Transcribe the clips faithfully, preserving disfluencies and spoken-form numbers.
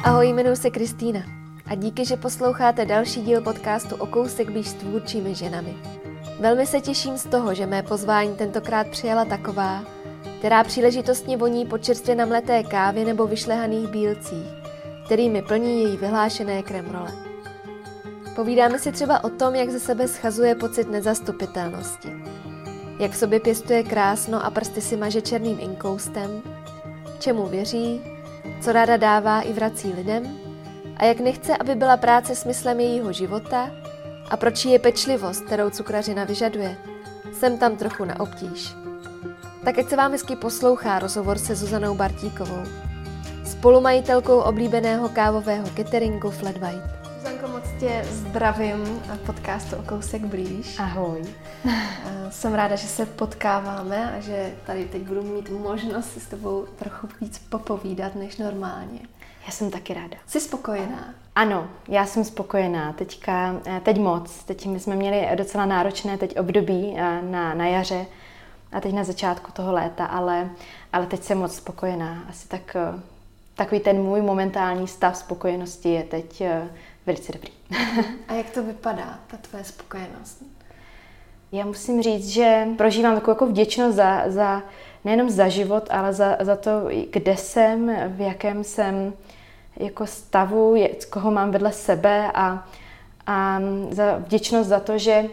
Ahoj, jmenuji se Kristýna a díky, že posloucháte další díl podcastu O kousek blíž s tvůrčími ženami. Velmi se těším z toho, že mé pozvání tentokrát přijala taková, která příležitostně voní po čerstvě namleté kávě nebo vyšlehaných bílcích, kterými plní její vyhlášené kremrole. Povídáme si třeba o tom, jak ze sebe schazuje pocit nezastupitelnosti, jak v sobě pěstuje krásno a prsty si maže černým inkoustem, čemu věří, co ráda dává i vrací lidem a jak nechce, aby byla práce smyslem jejího života a proč je pečlivost, kterou cukrařina vyžaduje, jsem tam trochu na obtíž. Tak ať se vám hezky poslouchá rozhovor se Zuzanou Bartíkovou, spolumajitelkou oblíbeného kávového cateringu Flat White. Zuzanko, moc tě zdravím podcastu O kousek blíž. Ahoj. Jsem ráda, že se potkáváme a že tady teď budu mít možnost si s tebou trochu víc popovídat než normálně. Já jsem taky ráda. Jsi spokojená? Ano, já jsem spokojená. Teďka, teď moc. Teď my jsme měli docela náročné teď období na, na jaře a teď na začátku toho léta, ale, ale teď jsem moc spokojená. Asi tak, takový ten můj momentální stav spokojenosti je teď velice dobrý. A jak to vypadá, ta tvoje spokojenost? Já musím říct, že prožívám takovou jako vděčnost za, za nejenom za život, ale za, za to, kde jsem, v jakém jsem jako stavu, je, koho mám vedle sebe a, a za vděčnost za to, že,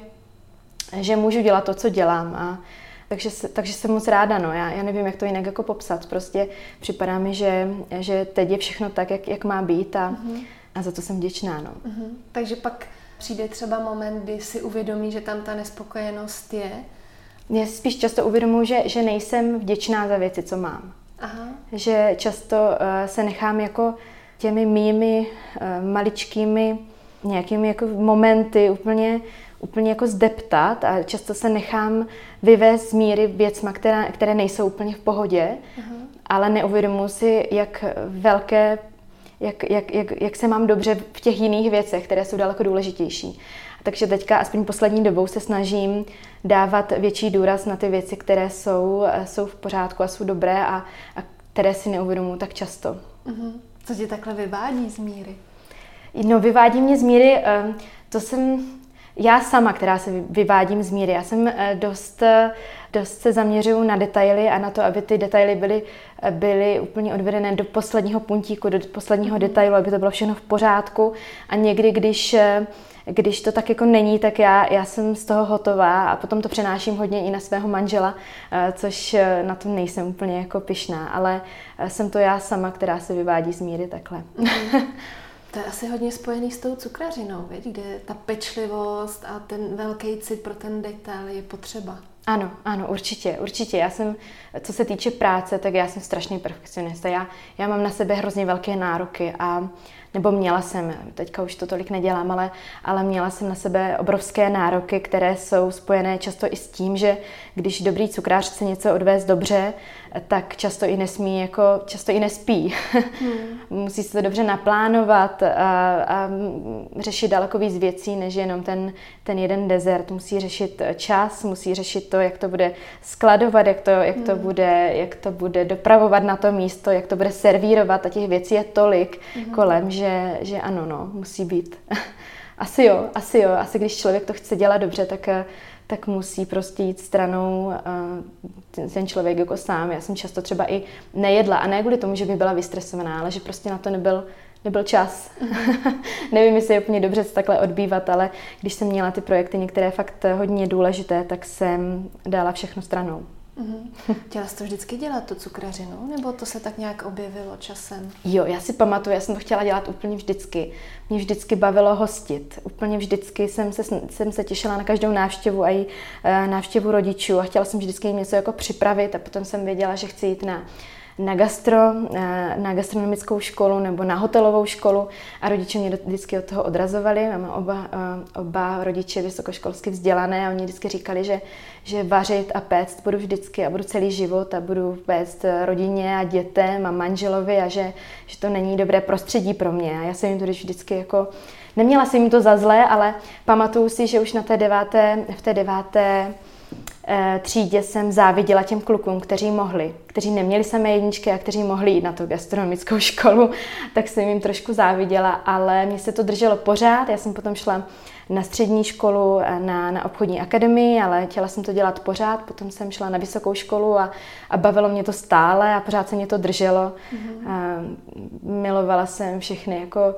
že můžu dělat to, co dělám. A takže, takže jsem moc ráda, no. Já, já nevím, jak to jinak jako popsat. Prostě připadá mi, že, že teď je všechno tak, jak, jak má být a, uh-huh. a za to jsem vděčná, no. Uh-huh. Takže pak přijde třeba moment, kdy si uvědomí, že tam ta nespokojenost je? Já si spíš často uvědomuji, že, že nejsem vděčná za věci, co mám. Aha. Že často uh, se nechám jako těmi mými uh, maličkými nějakými jako momenty úplně, úplně jako zdeptat a často se nechám vyvést z míry věcma, které, které nejsou úplně v pohodě, aha. ale neuvědomuji si, jak velké, jak, jak, jak, jak se mám dobře v těch jiných věcech, které jsou daleko důležitější. Takže teďka aspoň poslední dobou se snažím dávat větší důraz na ty věci, které jsou, jsou v pořádku a jsou dobré a, a které si neuvědomuji tak často. Uh-huh. Co tě takhle vyvádí z míry? No, vyvádí mě z míry, to jsem já sama, která se vyvádím z míry. Já jsem dost, dost se zaměřuju na detaily a na to, aby ty detaily byly, byly úplně odvedené do posledního puntíku, do posledního detailu, aby to bylo všechno v pořádku. A někdy, když Když to tak jako není, tak já, já jsem z toho hotová a potom to přenáším hodně i na svého manžela, což na to nejsem úplně jako pyšná, ale jsem to já sama, která se vyvádí z míry takhle. Mm. To je asi hodně spojený s tou cukrařinou, viď? Kde ta pečlivost a ten velký cit pro ten detail je potřeba. Ano, ano, určitě, určitě. Já jsem, co se týče práce, tak já jsem strašný perfekcionista. Já, já mám na sebe hrozně velké nároky a nebo měla jsem, teďka už to tolik nedělám, ale, ale měla jsem na sebe obrovské nároky, které jsou spojené často i s tím, že když dobrý cukrář chce něco odvést dobře, tak často i nesmí, jako, často i nespí. Hmm. Musí se to dobře naplánovat a, a řešit daleko víc věcí, než jenom ten, ten jeden dezert. Musí řešit čas, musí řešit to, jak to bude skladovat, jak to, jak to, hmm. bude, jak to bude dopravovat na to místo, jak to bude servírovat a těch věcí je tolik hmm. kolem, že, že ano, no, musí být. Asi jo, asi jo. Asi když člověk to chce dělat dobře, tak, tak musí prostě jít stranou ten, ten člověk jako sám. Já jsem často třeba i nejedla a ne kvůli tomu, že by byla vystresovaná, ale že prostě na to nebyl, nebyl čas. Nevím, jestli je úplně dobře se takhle odbývat, ale když jsem měla ty projekty některé fakt hodně důležité, tak jsem dala všechno stranou. Mm-hmm. Chtěla jsi to vždycky dělat, tu cukrařinu, nebo to se tak nějak objevilo časem? Jo, já si pamatuju, já jsem to chtěla dělat úplně vždycky. Mě vždycky bavilo hostit. Úplně vždycky jsem se, jsem se těšila na každou návštěvu a i návštěvu rodičů a chtěla jsem vždycky jim něco jako připravit a potom jsem věděla, že chci jít na na gastro, na gastronomickou školu nebo na hotelovou školu a rodiče mě vždycky od toho odrazovali. Mám oba, oba rodiče vysokoškolsky vzdělané a oni vždycky říkali, že, že vařit a péct budu vždycky a budu celý život a budu péct rodině a dětem a manželovi a že, že to není dobré prostředí pro mě. A já jsem jim to vždycky jako... Neměla jsem jim to za zlé, ale pamatuju si, že už na té deváté, v té deváté třídě jsem záviděla těm klukům, kteří mohli, kteří neměli samé jedničky a kteří mohli jít na tu gastronomickou školu, tak jsem jim trošku záviděla, ale mě se to drželo pořád. Já jsem potom šla na střední školu, na, na obchodní akademii, ale chtěla jsem to dělat pořád. Potom jsem šla na vysokou školu a, a bavilo mě to stále a pořád se mě to drželo. Mm-hmm. A milovala jsem všechny jako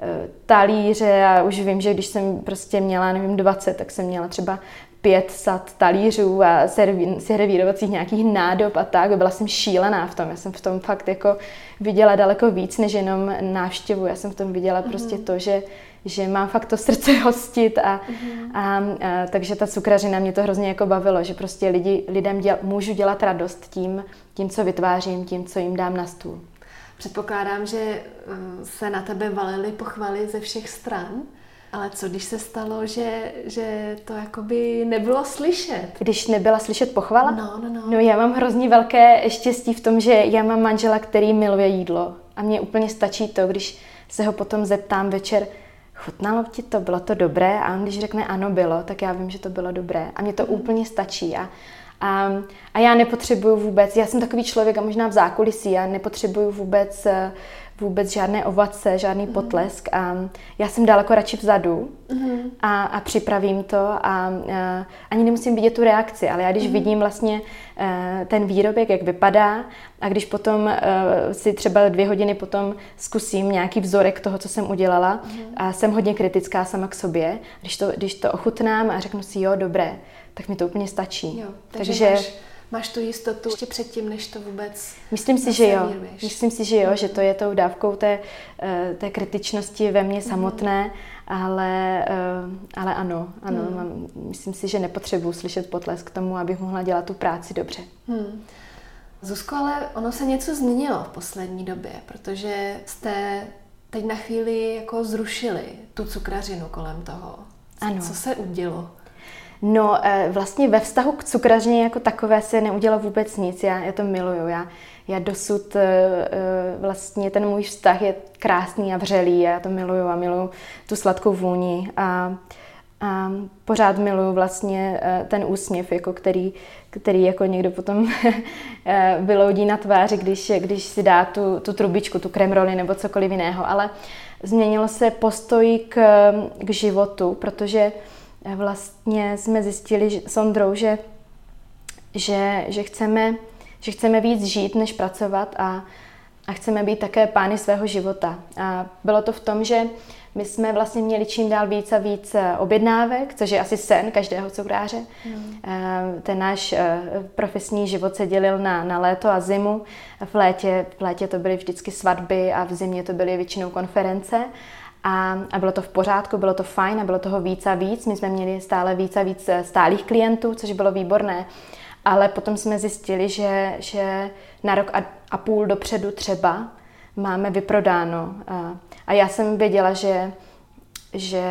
talíře a už vím, že když jsem prostě měla, nevím, dvacet, tak jsem měla třeba pět sad talířů a servírovacích nějakých nádob a tak. Byla jsem šílená v tom. Já jsem v tom fakt jako viděla daleko víc, než jenom návštěvu. Já jsem v tom viděla mm-hmm. prostě to, že, že mám fakt to srdce hostit a, mm-hmm. a, a takže ta cukrařina mě to hrozně jako bavilo, že prostě lidi, lidem děl, můžu dělat radost tím, tím, co vytvářím, tím, co jim dám na stůl. Předpokládám, že se na tebe valily pochvaly ze všech stran, ale co když se stalo, že, že to jakoby nebylo slyšet? Když nebyla slyšet pochvala? No, no, no. No já mám hrozně velké štěstí v tom, že já mám manžela, který miluje jídlo a mně úplně stačí to, když se ho potom zeptám večer, chutnalo ti to, bylo to dobré? A on když řekne ano, bylo, tak já vím, že to bylo dobré a mně to mm. úplně stačí a A, a já nepotřebuju vůbec, já jsem takový člověk a možná v zákulisí, já nepotřebuju vůbec, vůbec žádné ovace, žádný mm. potlesk a já jsem daleko radši vzadu mm. a, a připravím to a, a ani nemusím vidět tu reakci, ale já když mm. vidím vlastně ten výrobek, jak vypadá a když potom si třeba dvě hodiny potom zkusím nějaký vzorek toho, co jsem udělala mm. a jsem hodně kritická sama k sobě, když to, když to ochutnám a řeknu si jo, dobré, tak mi to úplně stačí. Jo, takže, takže máš, máš tu jistotu ještě předtím, než to vůbec Myslím si, že jo. Myslím si, že jo, že to je tou dávkou té, té kritičnosti ve mně samotné, mm. ale, ale ano, ano mm. mám, myslím si, že nepotřebuji slyšet potlesk k tomu, abych mohla dělat tu práci dobře. Mm. Zuzko, ale ono se něco změnilo v poslední době, protože jste teď na chvíli jako zrušili tu cukrařinu kolem toho. Ano. Co se udělo? No, vlastně ve vztahu k cukrařině jako takové se neudělalo vůbec nic. Já, já to miluju. Já, já dosud vlastně ten můj vztah je krásný a vřelý. Já to miluju a miluju tu sladkou vůni. A, a pořád miluju vlastně ten úsměv, jako který, který jako někdo potom vyloudí na tváři, když, když si dá tu, tu trubičku, tu kremroli nebo cokoliv jiného. Ale změnilo se postoj k, k životu, protože vlastně jsme zjistili s Ondrou, že, že, že, chceme, že chceme víc žít, než pracovat a, a chceme být také pány svého života. A bylo to v tom, že my jsme vlastně měli čím dál víc a víc objednávek, což je asi sen každého cukráře. Hmm. Ten náš profesní život se dělil na, na léto a zimu. V létě, v létě to byly vždycky svatby a v zimě to byly většinou konference. A, a bylo to v pořádku, bylo to fajn a bylo toho víc a víc. My jsme měli stále víc a víc stálých klientů, což bylo výborné. Ale potom jsme zjistili, že, že na rok a, a půl dopředu třeba máme vyprodáno. A, a já jsem věděla, že, že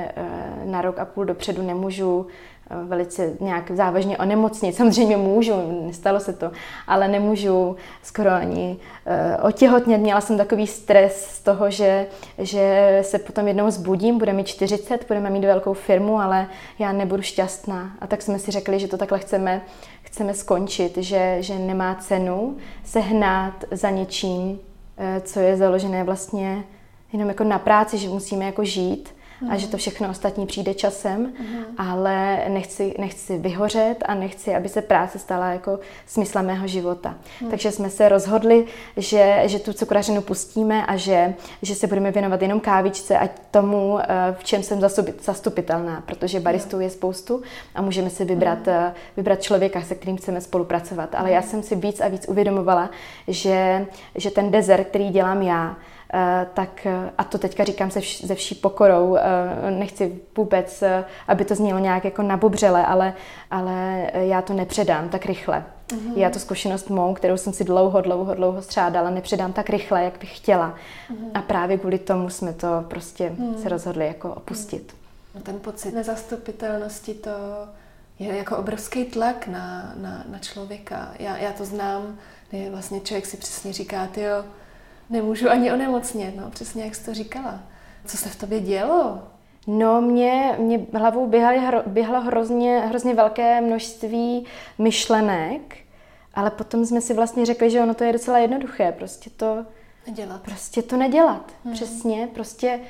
na rok a půl dopředu nemůžu velice nějak závažně onemocnit. Samozřejmě můžu, nestalo se to, ale nemůžu skoro ani uh, otěhotnět. Měla jsem takový stres z toho, že, že se potom jednou zbudím, bude mi čtyřicet, budeme mít velkou firmu, ale já nebudu šťastná. A tak jsme si řekli, že to takhle chceme, chceme skončit, že, že nemá cenu se hnát za něčím, uh, co je založené vlastně jenom jako na práci, že musíme jako žít. A že to všechno ostatní přijde časem, uh-huh. ale nechci, nechci vyhořet a nechci, aby se práce stala jako smyslem mého života. Uh-huh. Takže jsme se rozhodli, že, že tu cukrařinu pustíme a že, že se budeme věnovat jenom kávičce a tomu, v čem jsem zastupitelná, protože baristů uh-huh. je spoustu a můžeme si vybrat, uh-huh. vybrat člověka, se kterým chceme spolupracovat. Ale uh-huh. já jsem si víc a víc uvědomovala, že, že ten dezert, který dělám já, Uh, tak, a to teďka říkám se, vš- se vší pokorou, uh, nechci vůbec, uh, aby to znělo nějak jako nabubřele, ale, ale já to nepředám tak rychle. Mm-hmm. Já tu zkušenost mou, kterou jsem si dlouho, dlouho, dlouho střádala, nepředám tak rychle, jak bych chtěla. Mm-hmm. A právě kvůli tomu jsme to prostě mm. se rozhodli jako opustit. No ten pocit nezastupitelnosti, to je jako obrovský tlak na, na, na člověka. Já, já to znám, kdy vlastně člověk si přesně říká, tyjo, nemůžu ani onemocnět, no, přesně jak jsi to říkala. Co se v tobě dělo? No, mě, mě hlavou běhalo, běhalo hrozně, hrozně velké množství myšlenek, ale potom jsme si vlastně řekli, že ono to je docela jednoduché, prostě to nedělat. Prostě to nedělat, hmm. přesně, prostě,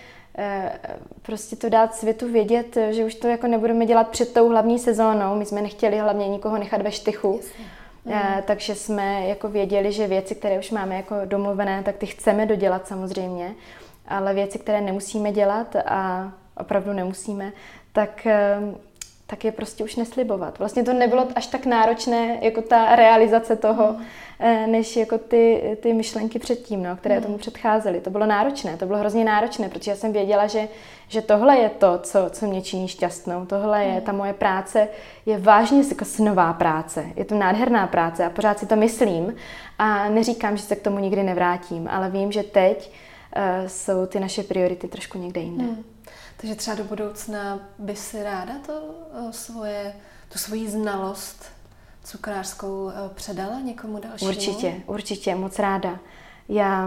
prostě to dát světu vědět, že už to jako nebudeme dělat před tou hlavní sezónou, my jsme nechtěli hlavně nikoho nechat ve štychu, hmm. takže jsme jako věděli, že věci, které už máme jako domluvené, tak ty chceme dodělat samozřejmě, ale věci, které nemusíme dělat a opravdu nemusíme, tak, tak je prostě už neslibovat. Vlastně to nebylo až tak náročné, jako ta realizace toho, mm. než jako ty, ty myšlenky předtím, no, které mm. tomu předcházely. To bylo náročné, to bylo hrozně náročné, protože já jsem věděla, že, že tohle je to, co, co mě činí šťastnou. Tohle je, ta moje práce je vážně jako snová práce. Je to nádherná práce a pořád si to myslím a neříkám, že se k tomu nikdy nevrátím, ale vím, že teď uh, jsou ty naše priority trošku někde jinde. Mm. Takže třeba do budoucna by si ráda to svoje, tu svoji znalost cukrářskou předala někomu dalšímu? Určitě, určitě, moc ráda. Já,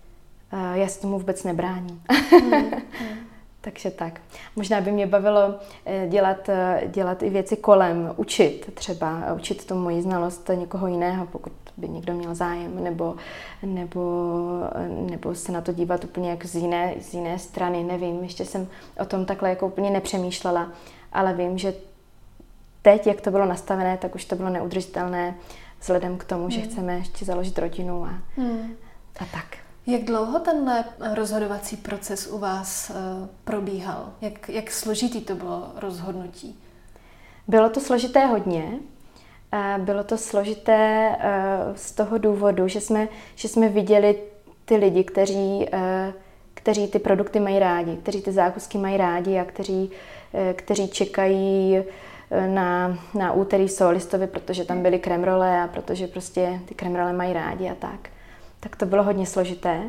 já se tomu vůbec nebráním. Hmm, hmm. Takže tak. Možná by mě bavilo dělat, dělat i věci kolem, učit třeba, učit tu moji znalost někoho jiného, pokud by někdo měl zájem, nebo, nebo, nebo se na to dívat úplně jak z jiné, z jiné strany, nevím. Ještě jsem o tom takhle jako úplně nepřemýšlela, ale vím, že teď, jak to bylo nastavené, tak už to bylo neudržitelné vzhledem k tomu, hmm. že chceme ještě založit rodinu a, hmm. a tak. Jak dlouho tenhle rozhodovací proces u vás uh, probíhal? Jak, jak složitý to bylo rozhodnutí? Bylo to složité hodně. Uh, bylo to složité uh, z toho důvodu, že jsme, že jsme viděli ty lidi, kteří, uh, kteří ty produkty mají rádi, kteří ty zákusky mají rádi a kteří, uh, kteří čekají na, na úterý v Solistovi, protože tam byly kremrole a protože prostě ty kremrole mají rádi a tak. Tak to bylo hodně složité,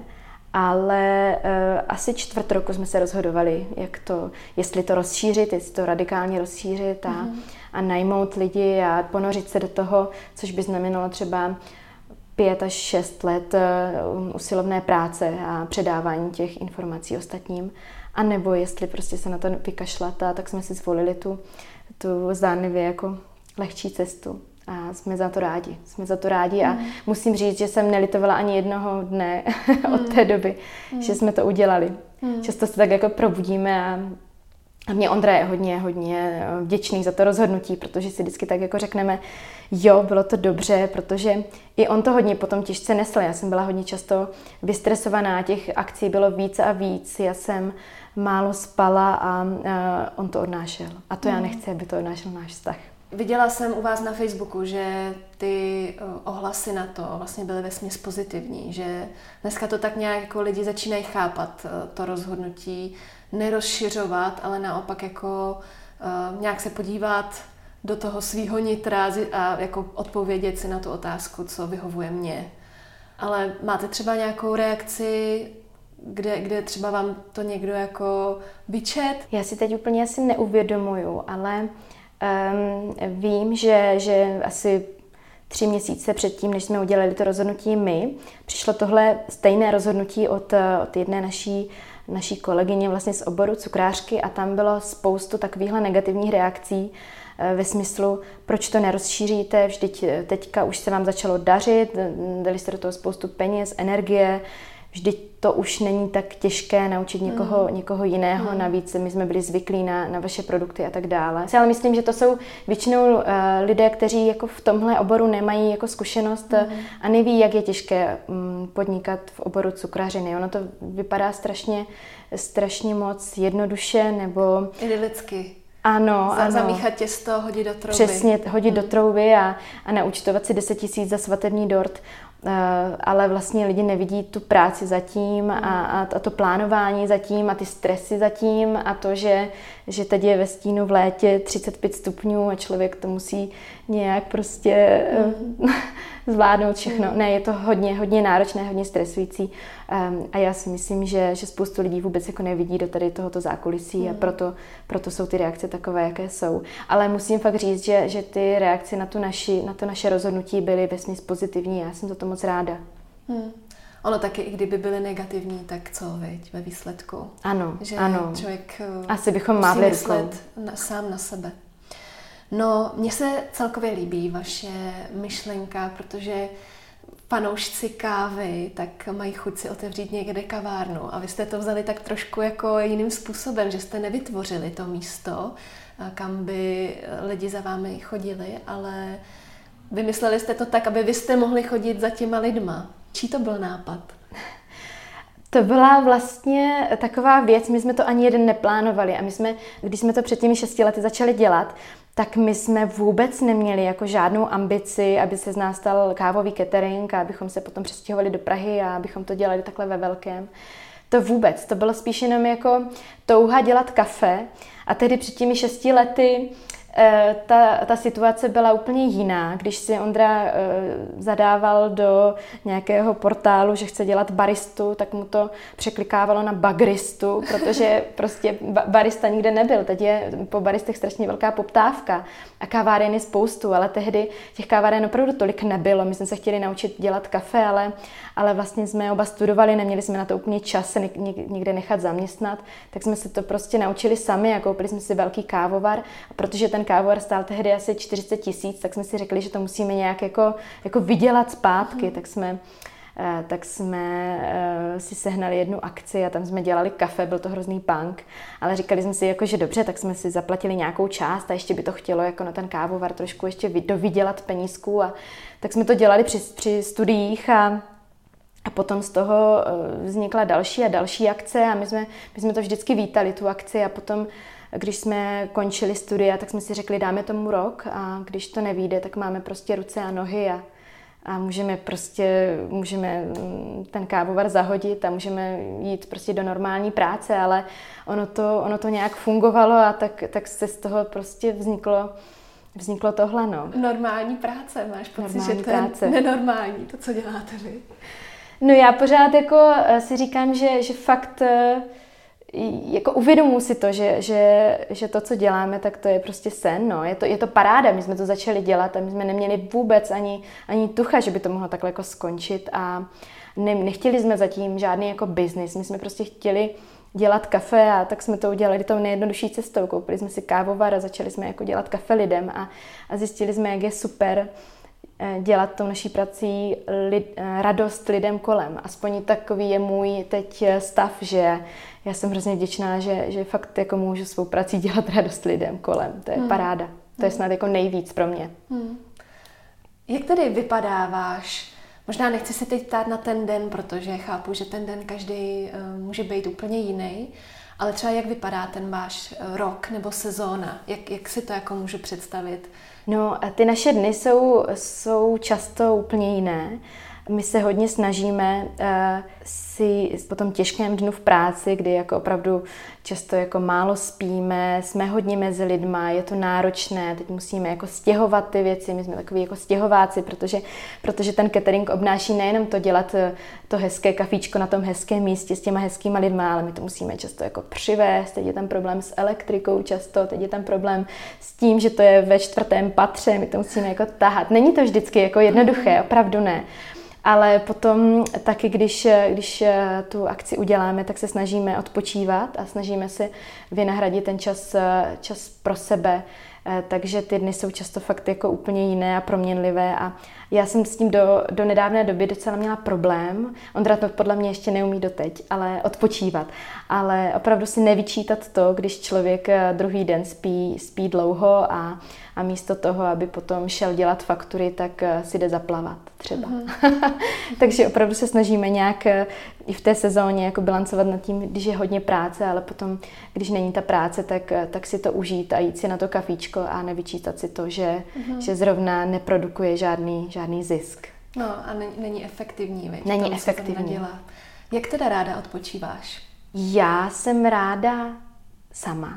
ale uh, asi čtvrt roku jsme se rozhodovali, jak to, jestli to rozšířit, jestli to radikálně rozšířit a, mm. a najmout lidi a ponořit se do toho, což by znamenalo třeba pět až šest let uh, usilovné práce a předávání těch informací ostatním. A nebo jestli prostě se na to vykašlat, a tak jsme si zvolili tu, tu zdánlivě jako lehčí cestu. A jsme za to rádi. Jsme za to rádi a mm. musím říct, že jsem nelitovala ani jednoho dne mm. od té doby, mm. že jsme to udělali. Mm. Často se tak jako probudíme a, a mě Ondra je hodně, hodně vděčný za to rozhodnutí, protože si vždycky tak jako řekneme, jo, bylo to dobře, protože i on to hodně potom těžce nesl. Já jsem byla hodně často vystresovaná, těch akcí bylo víc a víc. Já jsem málo spala a, a on to odnášel. A to mm. já nechci, aby to odnášel náš vztah. Viděla jsem u vás na Facebooku, že ty ohlasy na to vlastně byly vesměs pozitivní, že dneska to tak nějak jako lidi začínají chápat, to rozhodnutí nerozšiřovat, ale naopak jako uh, nějak se podívat do toho svýho nitra a jako odpovědět si na tu otázku, co vyhovuje mně. Ale máte třeba nějakou reakci, kde, kde třeba vám to někdo jako vyčet? Já si teď úplně asi neuvědomuju, ale Um, vím, že, že asi tři měsíce předtím, než jsme udělali to rozhodnutí my, přišlo tohle stejné rozhodnutí od, od jedné naší, naší kolegyně vlastně z oboru cukrářky a tam bylo spoustu takovýchhle negativních reakcí ve smyslu, proč to nerozšíříte, vždyť teďka už se vám začalo dařit, dali jste do toho spoustu peněz, energie, vždyť to už není tak těžké naučit někoho, mm. někoho jiného, mm. navíc my jsme byli zvyklí na, na vaše produkty a tak dále. Ale myslím, že to jsou většinou uh, lidé, kteří jako v tomhle oboru nemají jako zkušenost mm. a neví, jak je těžké um, podnikat v oboru cukrařiny. Ono to vypadá strašně, strašně moc jednoduše nebo idylicky. Ano, Za, ano. Zamíchat těsto, hodit do trouby. Přesně, hodit mm. do trouby a, a naúčtovat si deset tisíc za svatební dort. Uh, ale vlastně lidi nevidí tu práci zatím mm. a, a, a to plánování zatím a ty stresy zatím a to, že, že teď je ve stínu v létě třicet pět stupňů a člověk to musí nějak prostě mm. zvládnout všechno. Mm. Ne, je to hodně, hodně náročné, hodně stresující um, a já si myslím, že, že spoustu lidí vůbec jako nevidí do tady tohoto zákulisí mm. a proto, proto jsou ty reakce takové, jaké jsou. Ale musím fakt říct, že, že ty reakce na, tu naši, na to naše rozhodnutí byly vesměs pozitivní. Já jsem za to moc ráda. Hmm. Ono taky, i kdyby byly negativní, tak co, viď, ve výsledku. Ano, že ano. Člověk asi bychom mávli rukou. Na, sám na sebe. No, mně se celkově líbí vaše myšlenka, protože fanoušci kávy tak mají chuť si otevřít někde kavárnu a vy jste to vzali tak trošku jako jiným způsobem, že jste nevytvořili to místo, kam by lidi za vámi chodili, ale vymysleli jste to tak, aby vy jste mohli chodit za těma lidma. Čí to byl nápad? To byla vlastně taková věc, my jsme to ani jeden neplánovali a my jsme, když jsme to před těmi šesti lety začali dělat, tak my jsme vůbec neměli jako žádnou ambici, aby se z nás stal kávový catering a abychom se potom přestěhovali do Prahy a abychom to dělali takhle ve velkém. To vůbec, to bylo spíš jenom jako touha dělat kafe a tehdy před těmi šesti lety Ta, ta situace byla úplně jiná. Když si Ondra uh, zadával do nějakého portálu, že chce dělat baristu, tak mu to překlikávalo na bagristu, protože prostě ba- barista nikde nebyl. Teď je po baristech strašně velká poptávka a káváren je spoustu, ale tehdy těch káváren opravdu tolik nebylo. My jsme se chtěli naučit dělat kafe, ale, ale vlastně jsme oba studovali, neměli jsme na to úplně čas se někde nechat zaměstnat, tak jsme se to prostě naučili sami a koupili jsme si velký kávovar, a protože ten kávovar stál tehdy asi čtyřicet tisíc, tak jsme si řekli, že to musíme nějak jako, jako vydělat zpátky, mm. tak jsme, tak jsme si sehnali jednu akci a tam jsme dělali kafe, byl to hrozný punk, ale říkali jsme si, jako, že dobře, tak jsme si zaplatili nějakou část a ještě by to chtělo jako na ten kávovar trošku ještě dovydělat penízků a tak jsme to dělali při, při studiích a A potom z toho vznikla další a další akce a my jsme, my jsme to vždycky vítali, tu akci a potom, když jsme končili studia, tak jsme si řekli, dáme tomu rok a když to nevyjde, tak máme prostě ruce a nohy a, a můžeme prostě, můžeme ten kávovar zahodit a můžeme jít prostě do normální práce, ale ono to, ono to nějak fungovalo a tak, tak se z toho prostě vzniklo Vzniklo tohle, no. Normální práce, máš pocit, normální že to práce. je nenormální, to, co děláte vy? No já pořád jako si říkám, že, že fakt jako uvědomuji si to, že, že, že to, co děláme, tak to je prostě sen, no. Je to, je to paráda, my jsme to začali dělat a my jsme neměli vůbec ani, ani tucha, že by to mohlo takhle jako skončit a ne, nechtěli jsme zatím žádný jako biznis, my jsme prostě chtěli dělat kafe a tak jsme to udělali tou nejjednodušší cestou. Koupili jsme si kávovar a začali jsme jako dělat kafe lidem a, a zjistili jsme, jak je super dělat tou naší prací lid, radost lidem kolem. Aspoň takový je můj teď stav, že já jsem hrozně vděčná, že, že fakt jako můžu svou prací dělat radost lidem kolem. To je hmm. paráda. To je snad jako nejvíc pro mě. Hmm. Jak tedy vypadá váš, možná nechci se teď ptát na ten den, protože chápu, že ten den každý uh, může být úplně jiný, ale třeba jak vypadá ten váš rok nebo sezóna? Jak, jak si to jako můžu představit? No, a ty naše dny jsou, jsou často úplně jiné. My se hodně snažíme uh, si po tom těžkém dnu v práci, kdy jako opravdu často jako málo spíme, jsme hodně mezi lidma, je to náročné, teď musíme jako stěhovat ty věci, my jsme takový jako stěhováci, protože, protože ten catering obnáší nejenom to dělat to hezké kafíčko na tom hezkém místě s těma hezkýma lidma, ale my to musíme často jako přivést, teď je tam problém s elektrikou často, teď je tam problém s tím, že to je ve čtvrtém patře, my to musíme jako tahat. Není to vždycky jako jednoduché, opravdu ne. Ale potom taky, když, když tu akci uděláme, tak se snažíme odpočívat a snažíme si vynahradit ten čas, čas pro sebe. Takže ty dny jsou často fakt jako úplně jiné a proměnlivé a já jsem s tím do, do nedávné doby docela měla problém. Ondra to podle mě ještě neumí doteď, ale odpočívat. Ale opravdu si nevyčítat to, když člověk druhý den spí, spí dlouho a, a místo toho, aby potom šel dělat faktury, tak si jde zaplavat třeba. Mm-hmm. Takže opravdu se snažíme nějak i v té sezóně jako bilancovat nad tím, když je hodně práce, ale potom, když není ta práce, tak, tak si to užít a jít si na to kafíčko a nevyčítat si to, že, mm-hmm. že zrovna neprodukuje žádný, žádný zisk. No a není, není efektivní, veď? Není Tomu efektivní. Jak teda ráda odpočíváš? Já jsem ráda sama.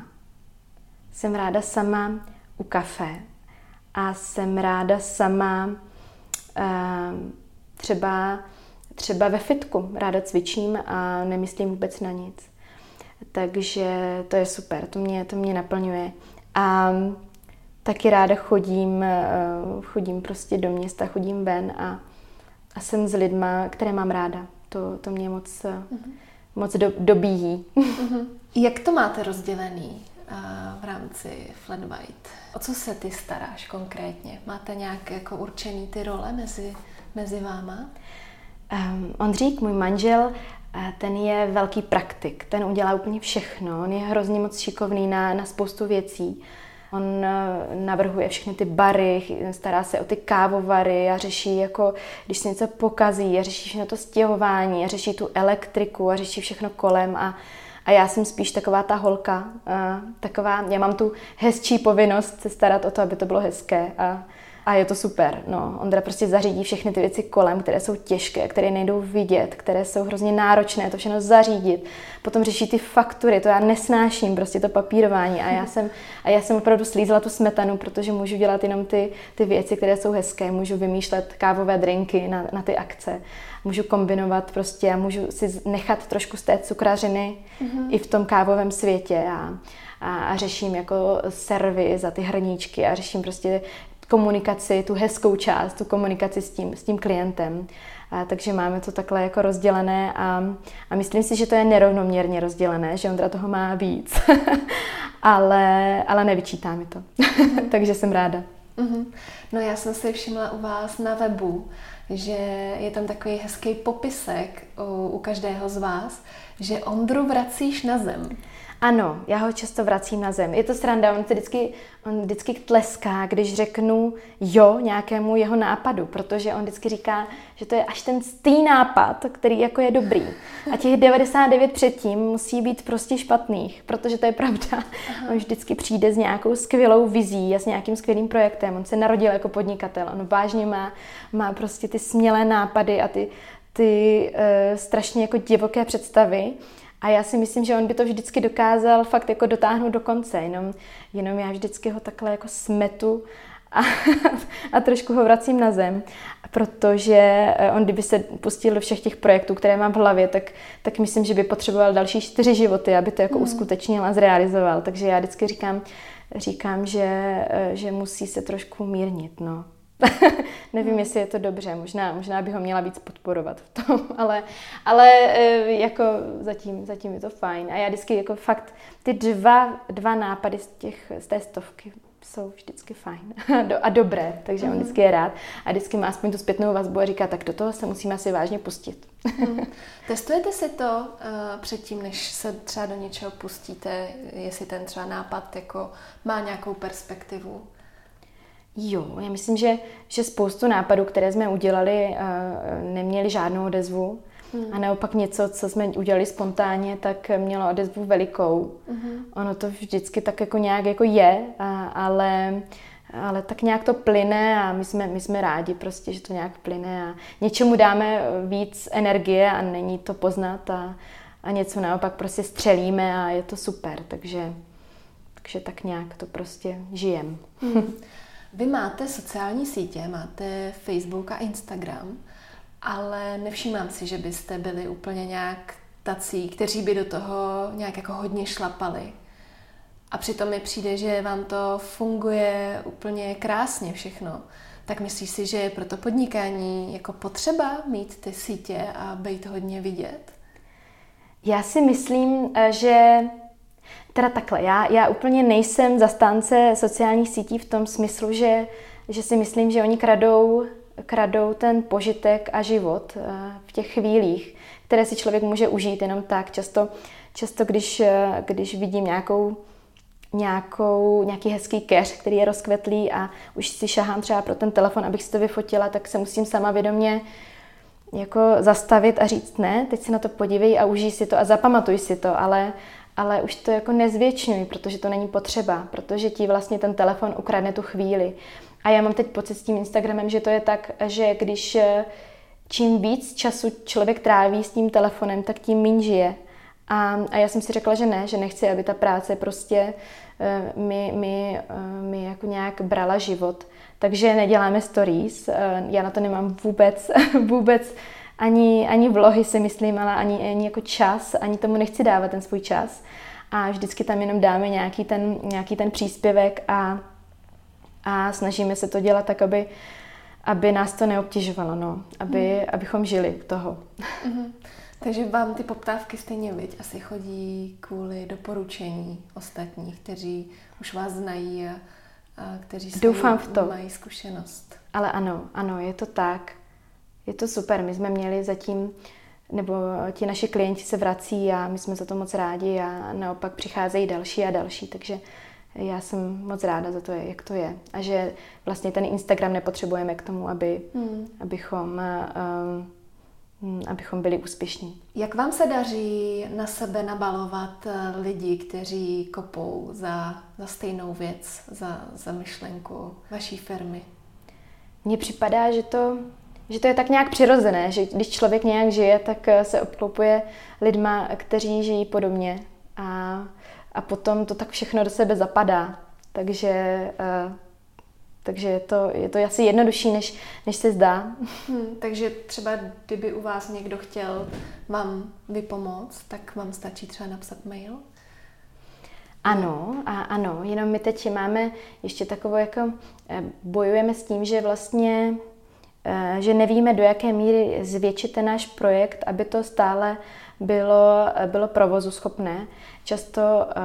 Jsem ráda sama u kafe a jsem ráda sama uh, třeba, třeba ve fitku. Ráda cvičím a nemyslím vůbec na nic. Takže to je super, to mě, to mě naplňuje. A taky ráda chodím, chodím prostě do města, chodím ven a, a jsem s lidma, které mám ráda. To, to mě moc, mm-hmm. moc do, dobíjí. Mm-hmm. Jak to máte rozdělený uh, v rámci Flat White? O co se ty staráš konkrétně? Máte nějak jako určený ty role mezi, mezi váma? Um, Ondřík, můj manžel, ten je velký praktik, ten udělá úplně všechno, on je hrozně moc šikovný na, na spoustu věcí. On navrhuje všechny ty bary, stará se o ty kávovary a řeší, jako, když se něco pokazí, a řeší všechno to stěhování, a řeší tu elektriku a řeší všechno kolem. A, a já jsem spíš taková ta holka, taková, já mám tu hezčí povinnost se starat o to, aby to bylo hezké. A, A je to super, no. Ondra prostě zařídí všechny ty věci kolem, které jsou těžké, které nejdou vidět, které jsou hrozně náročné, to všechno zařídit. Potom řeší ty faktury, to já nesnáším, prostě to papírování. A já jsem, a já jsem opravdu slízla tu smetanu, protože můžu dělat jenom ty, ty věci, které jsou hezké. Můžu vymýšlet kávové drinky na, na ty akce. Můžu kombinovat prostě a můžu si nechat trošku z té cukrařiny mm-hmm. i v tom kávovém světě. A, a, a řeším jako servy za ty hrníčky a řeším prostě komunikaci, tu hezkou část, tu komunikaci s tím, s tím klientem. A, takže máme to takhle jako rozdělené a, a myslím si, že to je nerovnoměrně rozdělené, že Ondra toho má víc, ale, ale nevyčítá mi to. Takže jsem ráda. Mm-hmm. No já jsem si všimla u vás na webu, že je tam takový hezký popisek u, u každého z vás, že Ondru vracíš na zem. Ano, já ho často vracím na zem. Je to sranda, on, vždycky, on vždycky tleská, když řeknu jo nějakému jeho nápadu, protože on vždycky říká, že to je až ten stý nápad, který jako je dobrý. A těch devadesát devět předtím musí být prostě špatných, protože to je pravda. Aha. On vždycky přijde s nějakou skvělou vizí a s nějakým skvělým projektem. On se narodil jako podnikatel, on vážně má, má prostě ty smělé nápady a ty, ty uh, strašně jako divoké představy. A já si myslím, že on by to vždycky dokázal fakt jako dotáhnout do konce, jenom, jenom já vždycky ho takhle jako smetu a, a trošku ho vracím na zem, protože on kdyby se pustil do všech těch projektů, které mám v hlavě, tak, tak myslím, že by potřeboval další čtyři životy, aby to jako mm. uskutečnil a zrealizoval. Takže já vždycky říkám, říkám že, že musí se trošku mírnit, no. Nevím, jestli je to dobře, možná, možná bych ho měla víc podporovat v tom, ale, ale jako zatím, zatím je to fajn. A já vždycky jako fakt ty dva, dva nápady z, těch, z té stovky jsou vždycky fajn a dobré, takže mm. on vždycky je rád a vždycky má aspoň tu zpětnou vazbu a říká, tak do toho se musíme asi vážně pustit. Mm. Testujete si to uh, předtím, než se třeba do něčeho pustíte, jestli ten třeba nápad jako má nějakou perspektivu? Jo, já myslím, že, že spoustu nápadů, které jsme udělali, neměli žádnou odezvu. Hmm. A naopak něco, co jsme udělali spontánně, tak mělo odezvu velikou. Hmm. Ono to vždycky tak jako nějak jako je, a, ale, ale tak nějak to plyne a my jsme, my jsme rádi prostě, že to nějak plyne a něčemu dáme víc energie a není to poznat a, a něco naopak prostě střelíme a je to super, takže, takže tak nějak to prostě žijem. Hmm. Vy máte sociální sítě, máte Facebook a Instagram, ale nevšímám si, že byste byli úplně nějak tací, kteří by do toho nějak jako hodně šlapali. A přitom mi přijde, že vám to funguje úplně krásně všechno. Tak myslíš si, že je pro to podnikání jako potřeba mít ty sítě a být hodně vidět? Já si myslím, že teda takhle, já, já úplně nejsem zastánce sociálních sítí v tom smyslu, že, že si myslím, že oni kradou, kradou ten požitek a život v těch chvílích, které si člověk může užít jenom tak. Často, často když, když vidím nějakou, nějakou, nějaký hezký keř, který je rozkvetlý a už si šahám třeba pro ten telefon, abych si to vyfotila, tak se musím sama vědomě jako zastavit a říct ne, teď se na to podívej a užij si to a zapamatuj si to, ale ale už to jako nezvětšňuj, protože to není potřeba, protože ti vlastně ten telefon ukradne tu chvíli. A já mám teď pocit s tím Instagramem, že to je tak, že když čím víc času člověk tráví s tím telefonem, tak tím míň žije. A, a já jsem si řekla, že ne, že nechci, aby ta práce prostě uh, mi, mi, uh, mi jako nějak brala život. Takže neděláme stories, uh, já na to nemám vůbec, vůbec Ani, ani vlohy si myslím, ale ani, ani jako čas, ani tomu nechci dávat ten svůj čas. A vždycky tam jenom dáme nějaký ten, nějaký ten příspěvek a, a snažíme se to dělat tak, aby, aby nás to neobtěžovalo, no, aby, mm. abychom žili toho. Mm-hmm. Takže vám ty poptávky stejně, viď, asi chodí kvůli doporučení ostatních, kteří už vás znají a, a kteří Doufám v to. mají zkušenost. Ale ano, ano, je to tak. Je to super. My jsme měli zatím, nebo ti naši klienti se vrací a my jsme za to moc rádi a naopak přicházejí další a další, takže já jsem moc ráda za to, jak to je. A že vlastně ten Instagram nepotřebujeme k tomu, aby, hmm. abychom, um, abychom byli úspěšní. Jak vám se daří na sebe nabalovat lidi, kteří kopou za, za stejnou věc, za, za myšlenku vaší firmy? Mně připadá, že to, že to je tak nějak přirozené, že když člověk nějak žije, tak se obklopuje lidma, kteří žijí podobně. A A potom to tak všechno do sebe zapadá. Takže, uh, takže je, to, je to asi jednodušší, než, než se zdá. Hmm, takže třeba, kdyby u vás někdo chtěl vám vypomoct, tak vám stačí třeba napsat mail? Ano, a ano. Jenom my teď máme ještě takovou, jako bojujeme s tím, že vlastně že nevíme, do jaké míry zvětšit ten náš projekt, aby to stále bylo, bylo provozu schopné. Často,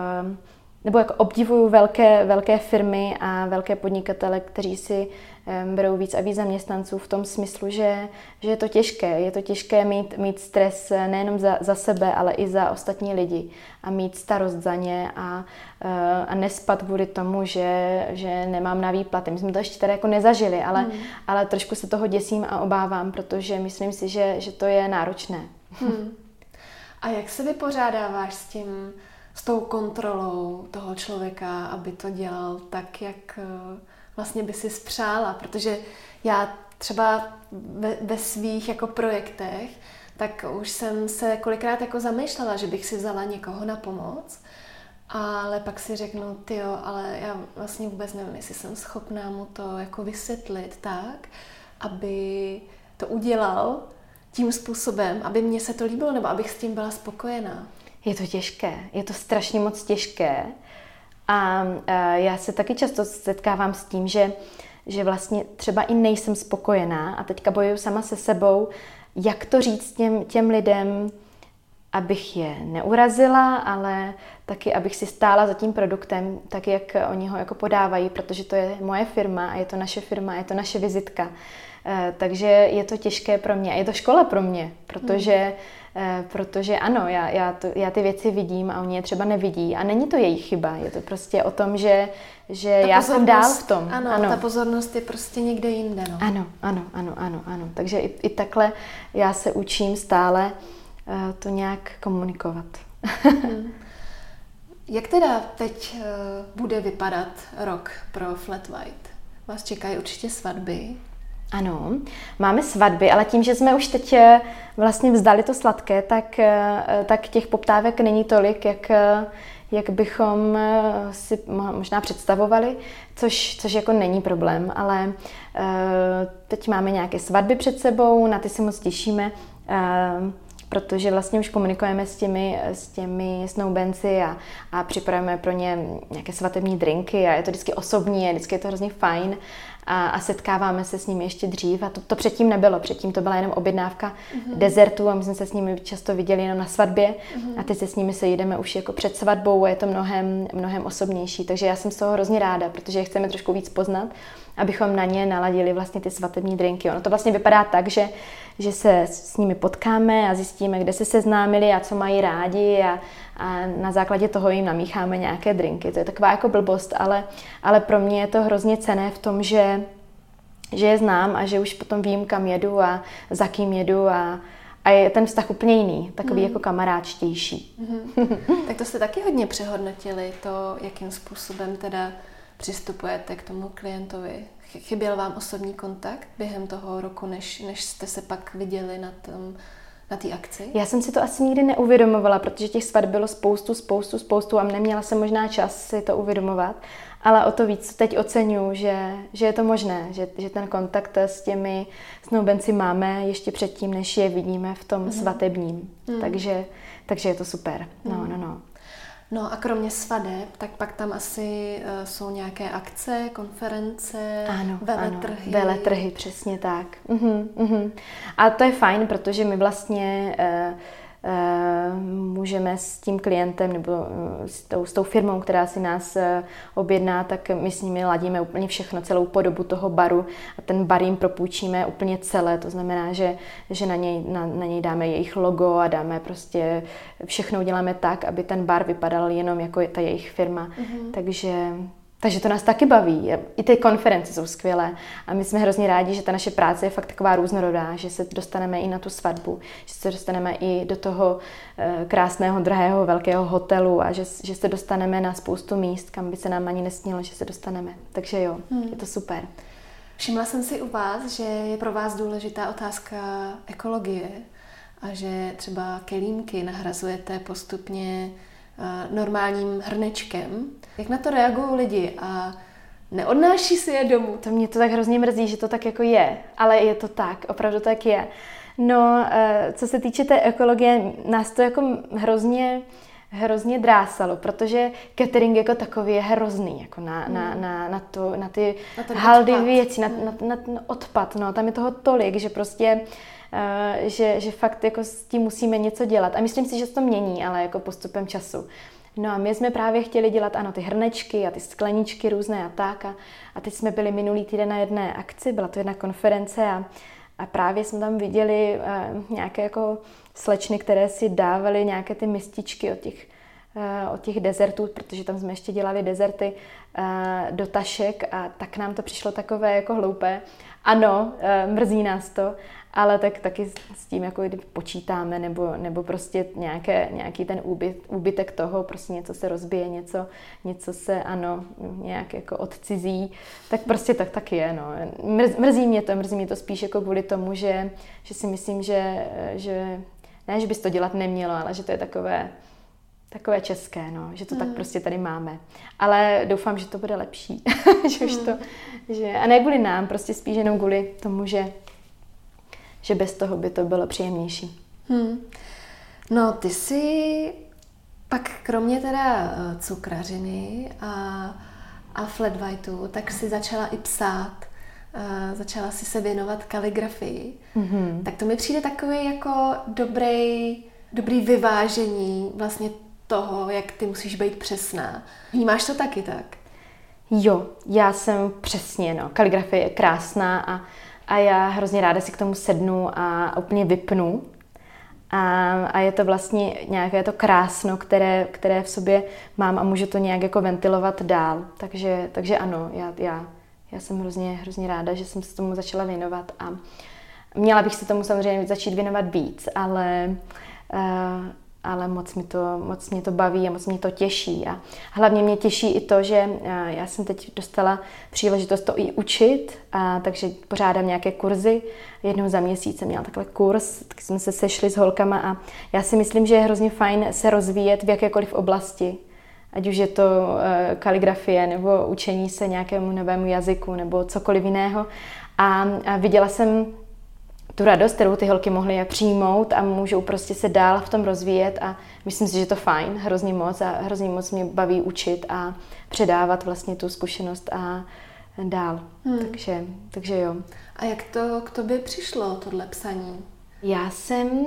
nebo jako obdivuju velké, velké firmy a velké podnikatele, kteří si berou víc a víc zaměstnanců v tom smyslu, že, že je to těžké. Je to těžké mít, mít stres nejenom za, za sebe, ale i za ostatní lidi a mít starost za ně a, a nespat kvůli tomu, že, že nemám na výplaty. My jsme to ještě tady jako nezažili, ale, hmm. ale trošku se toho děsím a obávám, protože myslím si, že, že to je náročné. Hmm. A jak se vypořádáváš s tím, s tou kontrolou toho člověka, aby to dělal tak, jak vlastně by si spřála? Protože já třeba ve, ve svých jako projektech, tak už jsem se kolikrát jako zamýšlela, že bych si vzala někoho na pomoc, ale pak si řeknu, tyjo, ale já vlastně vůbec nevím, jestli jsem schopná mu to jako vysvětlit tak, aby to udělal tím způsobem, aby mně se to líbilo, nebo abych s tím byla spokojená. Je to těžké, je to strašně moc těžké a já se taky často setkávám s tím, že, že vlastně třeba i nejsem spokojená a teďka bojuju sama se sebou, jak to říct těm, těm lidem, abych je neurazila, ale taky, abych si stála za tím produktem, tak jak oni ho jako podávají, protože to je moje firma a je to naše firma, je to naše vizitka. Takže je to těžké pro mě a je to škola pro mě, protože, hmm. protože ano, já, já, to, já ty věci vidím a oni je třeba nevidí a není to jejich chyba, je to prostě o tom, že, že já jsem dál v tom. Ano, ano, ta pozornost je prostě někde jinde. No. Ano, ano, ano, ano, ano. Takže i, i takhle já se učím stále uh, to nějak komunikovat. Hmm. Jak teda teď uh, bude vypadat rok pro Flat White? Vás čekají určitě svatby. Ano, máme svatby, ale tím, že jsme už teď vlastně vzdali to sladké, tak, tak těch poptávek není tolik, jak, jak bychom si možná představovali, což, což jako není problém, ale teď máme nějaké svatby před sebou, na ty se moc těšíme, protože vlastně už komunikujeme s těmi, s těmi snoubenci a, a připravujeme pro ně nějaké svatební drinky a je to vždycky osobní a vždycky je to hrozně fajn a, a setkáváme se s nimi ještě dřív a to, to předtím nebylo, předtím to byla jenom objednávka mm-hmm. dezertu a my jsme se s nimi často viděli jenom na svatbě mm-hmm. a teď se s nimi sejdeme už jako před svatbou a je to mnohem, mnohem osobnější, takže já jsem z toho hrozně ráda, protože je chceme trošku víc poznat, abychom na ně naladili vlastně ty svatební drinky. Ono to vlastně vypadá tak, že, že se s nimi potkáme a zjistíme, kde se seznámili a co mají rádi a, a na základě toho jim namícháme nějaké drinky. To je taková jako blbost, ale, ale pro mě je to hrozně cenné v tom, že, že je znám a že už potom vím, kam jedu a za kým jedu a, a je ten vztah úplně jiný, takový mm. jako kamarádštější. Mm. Tak to jste taky hodně přehodnotili, to, jakým způsobem teda přistupujete k tomu klientovi. Chyběl vám osobní kontakt během toho roku, než, než jste se pak viděli na tom, na té akci? Já jsem si to asi nikdy neuvědomovala, protože těch svatb bylo spoustu, spoustu, spoustu a neměla jsem možná čas si to uvědomovat, ale o to víc teď oceňuji, že, že je to možné, že, že ten kontakt s těmi snoubenci máme ještě předtím, než je vidíme v tom mm. svatebním. Mm. Takže, takže je to super. No, mm. no, no. No a kromě svadeb, tak pak tam asi uh, jsou nějaké akce, konference, ano, veletrhy. Ano, veletrhy, přesně tak. Uhum, uhum. A to je fajn, protože my vlastně uh, uh, můžeme s tím klientem nebo uh, s, tou, s tou firmou, která si nás uh, objedná, tak my s nimi ladíme úplně všechno, celou podobu toho baru a ten bar jim propůjčíme úplně celé. To znamená, že, že na, něj, na, na něj dáme jejich logo a dáme prostě všechno uděláme tak, aby ten bar vypadal jenom jako ta jejich firma. Mm-hmm. Takže Takže to nás taky baví. I ty konference jsou skvělé. A my jsme hrozně rádi, že ta naše práce je fakt taková různorodá, že se dostaneme i na tu svatbu, že se dostaneme i do toho krásného, drahého, velkého hotelu a že, že se dostaneme na spoustu míst, kam by se nám ani nesnilo, že se dostaneme. Takže jo, hmm. je to super. Všimla jsem si u vás, že je pro vás důležitá otázka ekologie a že třeba kelímky nahrazujete postupně normálním hrnečkem. Jak na to reagují lidi a neodnáší si je domů? To mě to tak hrozně mrzí, že to tak jako je, ale je to tak, opravdu tak je. No, co se týče té ekologie, nás to jako hrozně, hrozně drásalo, protože catering jako takový je hrozný, jako na, hmm. na, na, na, to, na ty na haldy odpad. věci, na, hmm. na, na, na odpad, no, tam je toho tolik, že prostě Uh, že, že fakt jako s tím musíme něco dělat. A myslím si, že se to mění, ale jako postupem času. No a my jsme právě chtěli dělat, ano, ty hrnečky a ty skleničky různé a tak. A, a teď jsme byli minulý týden na jedné akci, byla to jedna konference a, a právě jsme tam viděli uh, nějaké jako slečny, které si dávaly nějaké ty mističky od těch, uh, od těch dezertů, protože tam jsme ještě dělali dezerty uh, do tašek a tak nám to přišlo takové jako hloupé. Ano, uh, mrzí nás to, ale tak taky s tím jako počítáme, nebo, nebo prostě nějaké, nějaký ten úbyt, úbytek toho, prostě něco se rozbije, něco, něco se, ano, nějak jako odcizí, tak prostě tak, tak je, no. Mrz, mrzí mě to, mrzí mě to spíš jako kvůli tomu, že, že si myslím, že, že ne, že bys to dělat nemělo, ale že to je takové, takové české, no, že to mm. tak prostě tady máme. Ale doufám, že to bude lepší, že už to, že, a ne kvůli nám, prostě spíš jenom kvůli tomu, že že bez toho by to bylo příjemnější. Hmm. No, ty jsi pak kromě teda cukrařiny a, a flat whiteu, tak si začala i psát, a začala si se věnovat kaligrafii. Mm-hmm. Tak to mi přijde takový jako dobrý, dobrý vyvážení vlastně toho, jak ty musíš být přesná. Vnímáš to taky tak? Jo, já jsem přesně, no. Kaligrafie je krásná a A já hrozně ráda si k tomu sednu a úplně vypnu. A, a je to vlastně nějaké to krásno, které, které v sobě mám a můžu to nějak jako ventilovat dál. Takže, takže ano, já, já, já jsem hrozně, hrozně ráda, že jsem se tomu začala věnovat. A měla bych se tomu samozřejmě začít věnovat víc, ale... Uh, ale moc, mi to, moc mě to baví a moc mě to těší. A hlavně mě těší i to, že já jsem teď dostala příležitost to i učit, a takže pořádám nějaké kurzy. Jednou za měsíc jsem měla takhle kurz, tak jsme se sešli s holkama a já si myslím, že je hrozně fajn se rozvíjet v jakékoliv oblasti. Ať už je to kaligrafie nebo učení se nějakému novému jazyku nebo cokoliv jiného. A, a viděla jsem tu radost, kterou ty holky mohly přijmout a můžou prostě se dál v tom rozvíjet a myslím si, že to fajn, hrozně moc a hrozně moc mě baví učit a předávat vlastně tu zkušenost a dál. Hmm. Takže, takže jo. A jak to k tobě přišlo, tohle psaní? Já jsem,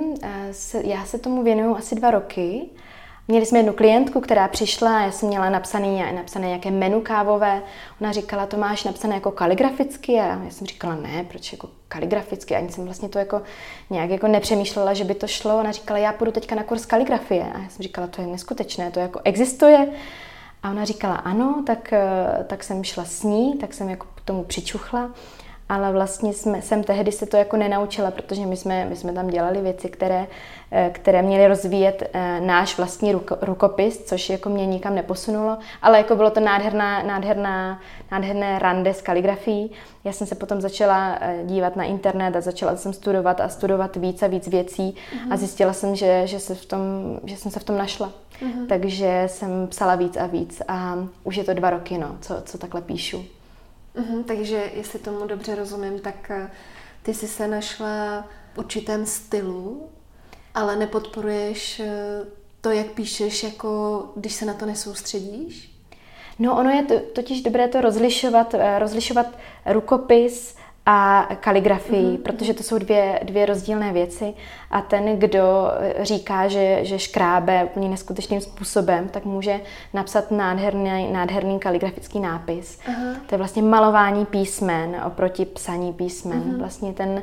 já se tomu věnuju asi dva roky. Měli jsme jednu klientku, která přišla a já jsem měla napsané, napsané nějaké menu kávové. Ona říkala, to máš napsané jako kaligraficky a já jsem říkala, ne, proč jako kaligraficky? Ani jsem vlastně to jako nějak jako nepřemýšlela, že by to šlo. Ona říkala, já půjdu teďka na kurz kaligrafie. A já jsem říkala, to je neskutečné, to jako existuje. A ona říkala, ano, tak, tak jsem šla s ní, tak jsem jako k tomu přičuchla. Ale vlastně jsme, jsem tehdy se to jako nenaučila, protože my jsme, my jsme tam dělali věci, které, které měly rozvíjet náš vlastní ruko, rukopis, což jako mě nikam neposunulo, ale jako bylo to nádherná, nádherná, nádherné rande s kaligrafií. Já jsem se potom začala dívat na internet a začala jsem studovat a studovat víc a víc věcí mm-hmm. a zjistila jsem, že, že, se v tom, že jsem se v tom našla. Mm-hmm. Takže jsem psala víc a víc a už je to dva roky, no, co, co takhle píšu. Uhum, takže jestli tomu dobře rozumím, tak ty jsi se našla v určitém stylu, ale nepodporuješ to, jak píšeš, jako když se na to nesoustředíš? No ono je to, totiž dobré to rozlišovat, rozlišovat rukopis a kaligrafii, mm-hmm. protože to jsou dvě, dvě rozdílné věci a ten, kdo říká, že, že škrábe úplně neskutečným způsobem, tak může napsat nádherný, nádherný kaligrafický nápis. Aha. To je vlastně malování písmen oproti psaní písmen. Mm-hmm. Vlastně ten,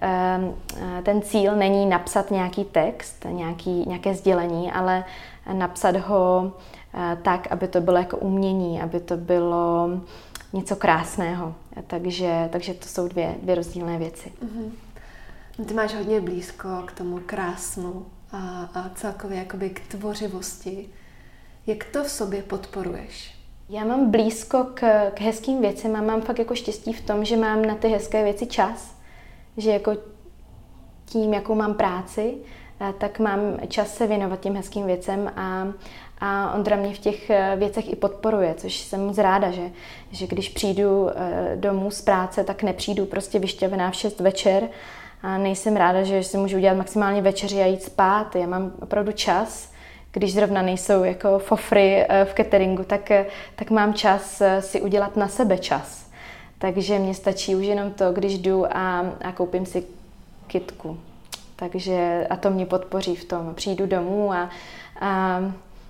ten cíl není napsat nějaký text, nějaký, nějaké sdělení, ale napsat ho tak, aby to bylo jako umění, aby to bylo něco krásného. Takže, takže to jsou dvě, dvě rozdílné věci. Mm-hmm. Ty máš hodně blízko k tomu krásnu a, a celkově jakoby k tvořivosti. Jak to v sobě podporuješ? Já mám blízko k, k hezkým věcem a mám fakt jako štěstí v tom, že mám na ty hezké věci čas. Že jako tím, jakou mám práci, tak mám čas se věnovat těm hezkým věcem a, a Ondra mě v těch věcech i podporuje, což jsem moc ráda, že, že když přijdu domů z práce, tak nepřijdu prostě vyšťavená v šest večer a nejsem ráda, že si můžu udělat maximálně večeři a jít spát. Já mám opravdu čas, když zrovna nejsou jako fofry v cateringu, tak, tak mám čas si udělat na sebe čas. Takže mně stačí už jenom to, když jdu a, a koupím si kytku. Takže a to mě podpoří v tom. Přijdu domů a, a,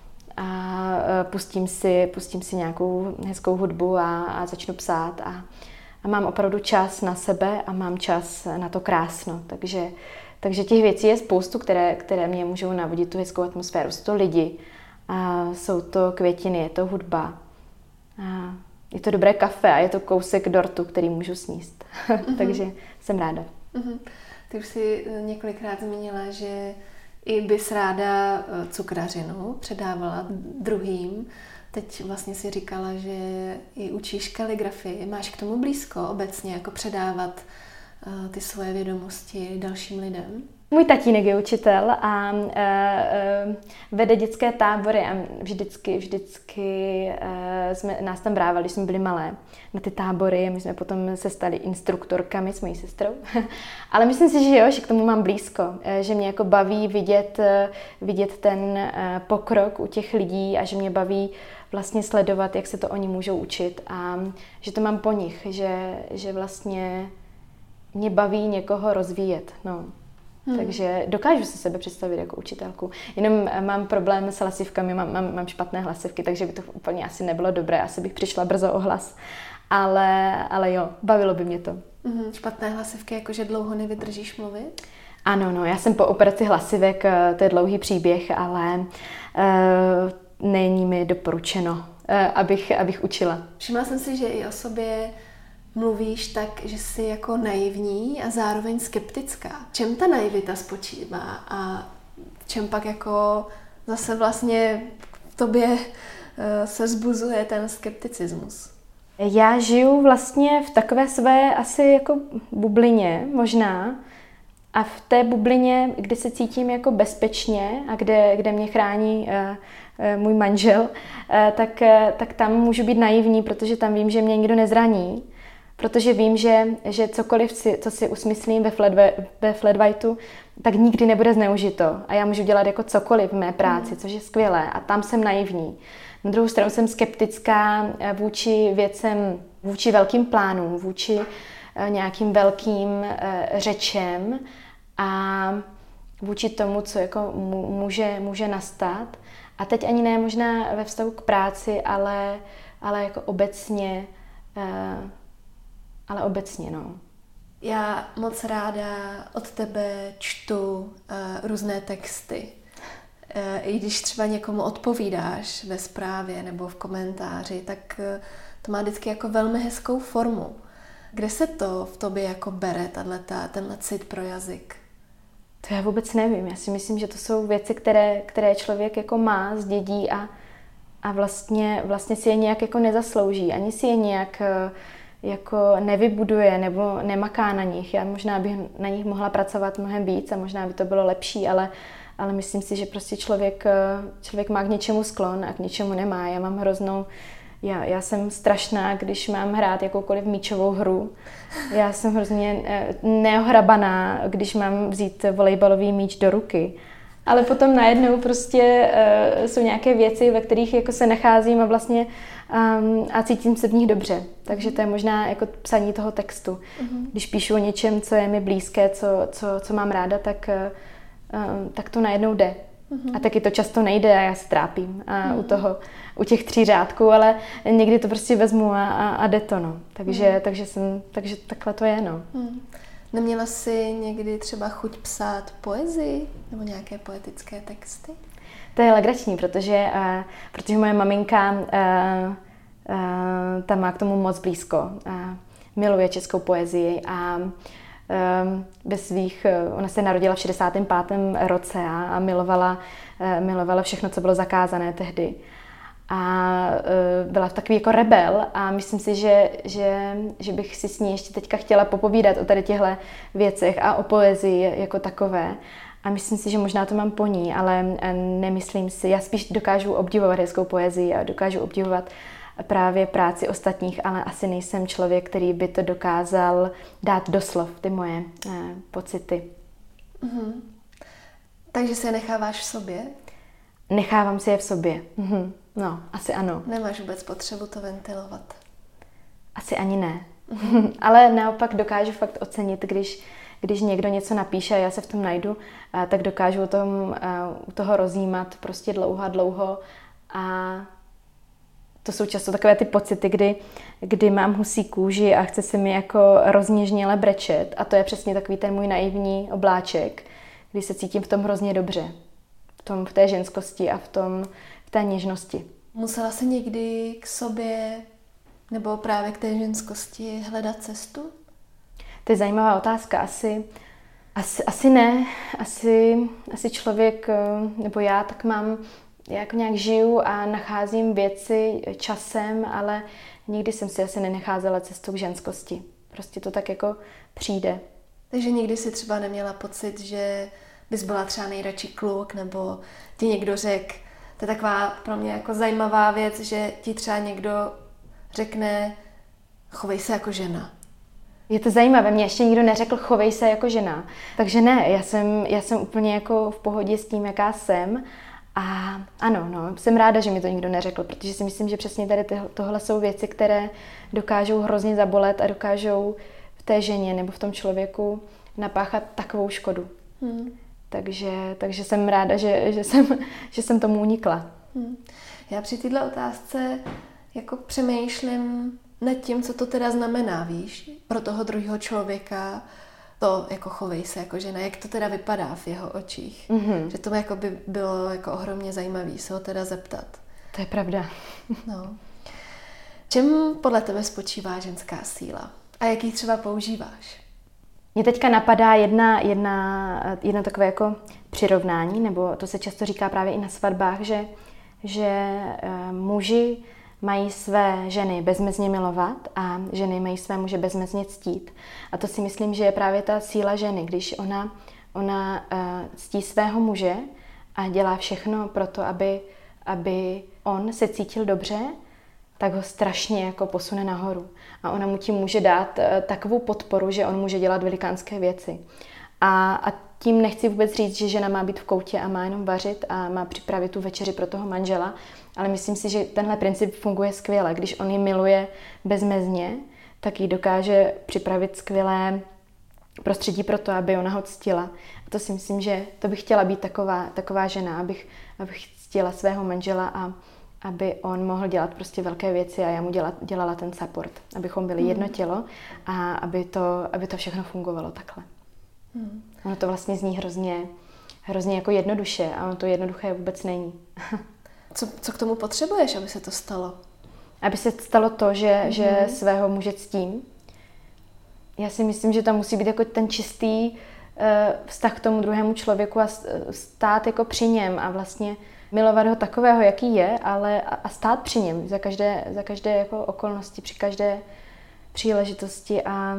a pustím, si, pustím si nějakou hezkou hudbu a, a začnu psát. A, a mám opravdu čas na sebe a mám čas na to krásno. Takže, takže těch věcí je spoustu, které, které mě můžou navodit tu hezkou atmosféru. Jsou to lidi, a jsou to květiny, je to hudba. A je to dobré kafe a je to kousek dortu, který můžu sníst. Mm-hmm. Takže jsem ráda. Mm-hmm. Ty už jsi několikrát zmínila, že i bys ráda cukrařinu předávala druhým. Teď vlastně si říkala, že i učíš kaligrafii. Máš k tomu blízko obecně, jako předávat ty svoje vědomosti dalším lidem? Můj tatínek je učitel a uh, uh, vede dětské tábory a vždycky, vždycky uh, jsme, nás tam brávali, když jsme byli malé, na ty tábory. My jsme potom se stali instruktorkami s mojí sestrou. Ale myslím si, že jo, že k tomu mám blízko, že mě jako baví vidět, vidět ten uh, pokrok u těch lidí a že mě baví vlastně sledovat, jak se to oni můžou učit a že to mám po nich, že, že vlastně mě baví někoho rozvíjet. No. Hmm. Takže dokážu si sebe představit jako učitelku. Jenom mám problém s hlasivkami, mám, mám, mám špatné hlasivky, takže by to úplně asi nebylo dobré, asi bych přišla brzo o hlas. Ale, ale jo, bavilo by mě to. Hmm. Špatné hlasivky, jakože dlouho nevydržíš mluvit? Ano, no, já jsem po operaci hlasivek, to je dlouhý příběh, ale uh, není mi doporučeno, uh, abych, abych učila. Všimla jsem si, že i o sobě mluvíš tak, že jsi jako naivní a zároveň skeptická. V čem ta naivita spočívá a v čem pak jako zase vlastně v tobě se zbuzuje ten skepticismus? Já žiju vlastně v takové své asi jako bublině možná a v té bublině, kde se cítím jako bezpečně a kde, kde mě chrání uh, uh, můj manžel, uh, tak, uh, tak tam můžu být naivní, protože tam vím, že mě nikdo nezraní. Protože vím, že, že cokoliv, si, co si usmyslím ve, flat, ve flat whiteu, tak nikdy nebude zneužito. A já můžu dělat jako cokoliv v mé práci, což je skvělé. A tam jsem naivní. Na druhou stranu jsem skeptická vůči věcem, vůči velkým plánům, vůči nějakým velkým řečem a vůči tomu, co jako může, může nastat. A teď ani ne možná ve vztahu k práci, ale, ale jako obecně Ale obecně, no. Já moc ráda od tebe čtu uh, různé texty. Uh, I když třeba někomu odpovídáš ve zprávě nebo v komentáři, tak uh, to má vždycky jako velmi hezkou formu. Kde se to v tobě jako bere, tato, tenhle cit pro jazyk? To já vůbec nevím. Já si myslím, že to jsou věci, které, které člověk jako má, zdědí a, a vlastně, vlastně si je nějak jako nezaslouží. Ani si je nějak jako nevybuduje nebo nemaká na nich. Já možná bych na nich mohla pracovat mnohem víc a možná by to bylo lepší, ale, ale myslím si, že prostě člověk, člověk má k něčemu sklon a k něčemu nemá. Já mám hroznou, já, já jsem strašná, když mám hrát jakoukoliv míčovou hru. Já jsem hrozně neohrabaná, když mám vzít volejbalový míč do ruky. ale potom najednou prostě uh, jsou nějaké věci, ve kterých jako se nacházím a vlastně um, a cítím se v nich dobře. Takže to je možná jako psaní toho textu. Mm-hmm. Když píšu o něčem, co je mi blízké, co, co, co mám ráda, tak, uh, tak to najednou jde. Mm-hmm. A taky to často nejde a já se trápím a mm-hmm. u toho, u těch tří řádků, ale někdy to prostě vezmu a, a, a jde to, no. Takže, mm-hmm. takže, jsem, takže takhle to je, no. Mm. Neměla jsi někdy třeba chuť psát poezii nebo nějaké poetické texty? To je legrační, protože, uh, protože moje maminka uh, uh, ta má k tomu moc blízko. Uh, miluje českou poezii a uh, ve svých, uh, ona se narodila v šedesátém pátém roce a, a milovala, uh, milovala všechno, co bylo zakázané tehdy. A uh, byla takový jako rebel a myslím si, že, že, že bych si s ní ještě teďka chtěla popovídat o tady těchto věcech a o poezii jako takové. A myslím si, že možná to mám po ní, ale nemyslím si. Já spíš dokážu obdivovat hezkou poezii a dokážu obdivovat právě práci ostatních, ale asi nejsem člověk, který by to dokázal dát do slov, ty moje eh, pocity. Mm-hmm. Takže se je necháváš v sobě? Nechávám si je v sobě. Mm-hmm. No, asi ano. Nemáš vůbec potřebu to ventilovat? Asi ani ne. Mm-hmm. Ale naopak dokážu fakt ocenit, když Když někdo něco napíše a já se v tom najdu, tak dokážu o tom, u toho rozjímat prostě dlouho a dlouho. A to jsou často takové ty pocity, kdy, kdy mám husí kůži a chce se mi jako rozněžněle brečet. A to je přesně takový ten můj naivní obláček, kdy se cítím v tom hrozně dobře. V tom, v té ženskosti a v tom, v té něžnosti. Musela jsi někdy k sobě nebo právě k té ženskosti hledat cestu? To je zajímavá otázka. Asi, asi, asi ne. Asi, asi člověk, nebo já, tak mám, já jako nějak žiju a nacházím věci časem, ale nikdy jsem si asi nenacházela cestu k ženskosti. Prostě to tak jako přijde. Takže nikdy si třeba neměla pocit, že bys byla třeba nejradši kluk, nebo ti někdo řekl, to je taková pro mě jako zajímavá věc, že ti třeba někdo řekne, chovej se jako žena. Je to zajímavé, mě ještě nikdo neřekl, chovej se jako žena. Takže ne, já jsem, já jsem úplně jako v pohodě s tím, jaká jsem. A ano, no, jsem ráda, že mi to nikdo neřekl, protože si myslím, že přesně tady ty, tohle jsou věci, které dokážou hrozně zabolet a dokážou v té ženě nebo v tom člověku napáchat takovou škodu. Hmm. Takže, takže jsem ráda, že, že, jsem, že jsem tomu unikla. Hmm. Já při této otázce jako přemýšlím nad tím, co to teda znamená, víš, pro toho druhého člověka, to jako chovej se jako žena, jak to teda vypadá v jeho očích. Mm-hmm. Že to jako by bylo jako ohromně zajímavé se ho teda zeptat. To je pravda. No. Čem podle tebe spočívá ženská síla? A jak ji třeba používáš? Mně teďka napadá jedna, jedna, jedna takové jako přirovnání, nebo to se často říká právě i na svatbách, že, že uh, muži mají své ženy bezmezně milovat a ženy mají své muže bezmezně ctít. A to si myslím, že je právě ta síla ženy, když ona, ona uh, ctí svého muže a dělá všechno pro to, aby, aby on se cítil dobře, tak ho strašně jako posune nahoru. A ona mu tím může dát uh, takovou podporu, že on může dělat velikánské věci. A, a tím nechci vůbec říct, že žena má být v koutě a má jenom vařit a má připravit tu večeři pro toho manžela, ale myslím si, že tenhle princip funguje skvěle. Když on ji miluje bezmezně, tak ji dokáže připravit skvělé prostředí pro to, aby ona ho ctila. A to si myslím, že to bych chtěla být taková, taková žena, abych, abych ctila svého manžela a aby on mohl dělat prostě velké věci a já mu dělat, dělala ten support, abychom byli jedno tělo a aby to, aby to všechno fungovalo takhle. Hmm. Ono to vlastně zní hrozně, hrozně jako jednoduše a ono to jednoduché vůbec není. Co, co k tomu potřebuješ, aby se to stalo? Aby se stalo to, že, mm-hmm. že svého muže ctím. Já si myslím, že tam musí být jako ten čistý uh, vztah k tomu druhému člověku a stát jako při něm a vlastně milovat ho takového, jaký je, ale a, a stát při něm za každé, za každé jako okolnosti, při každé příležitosti a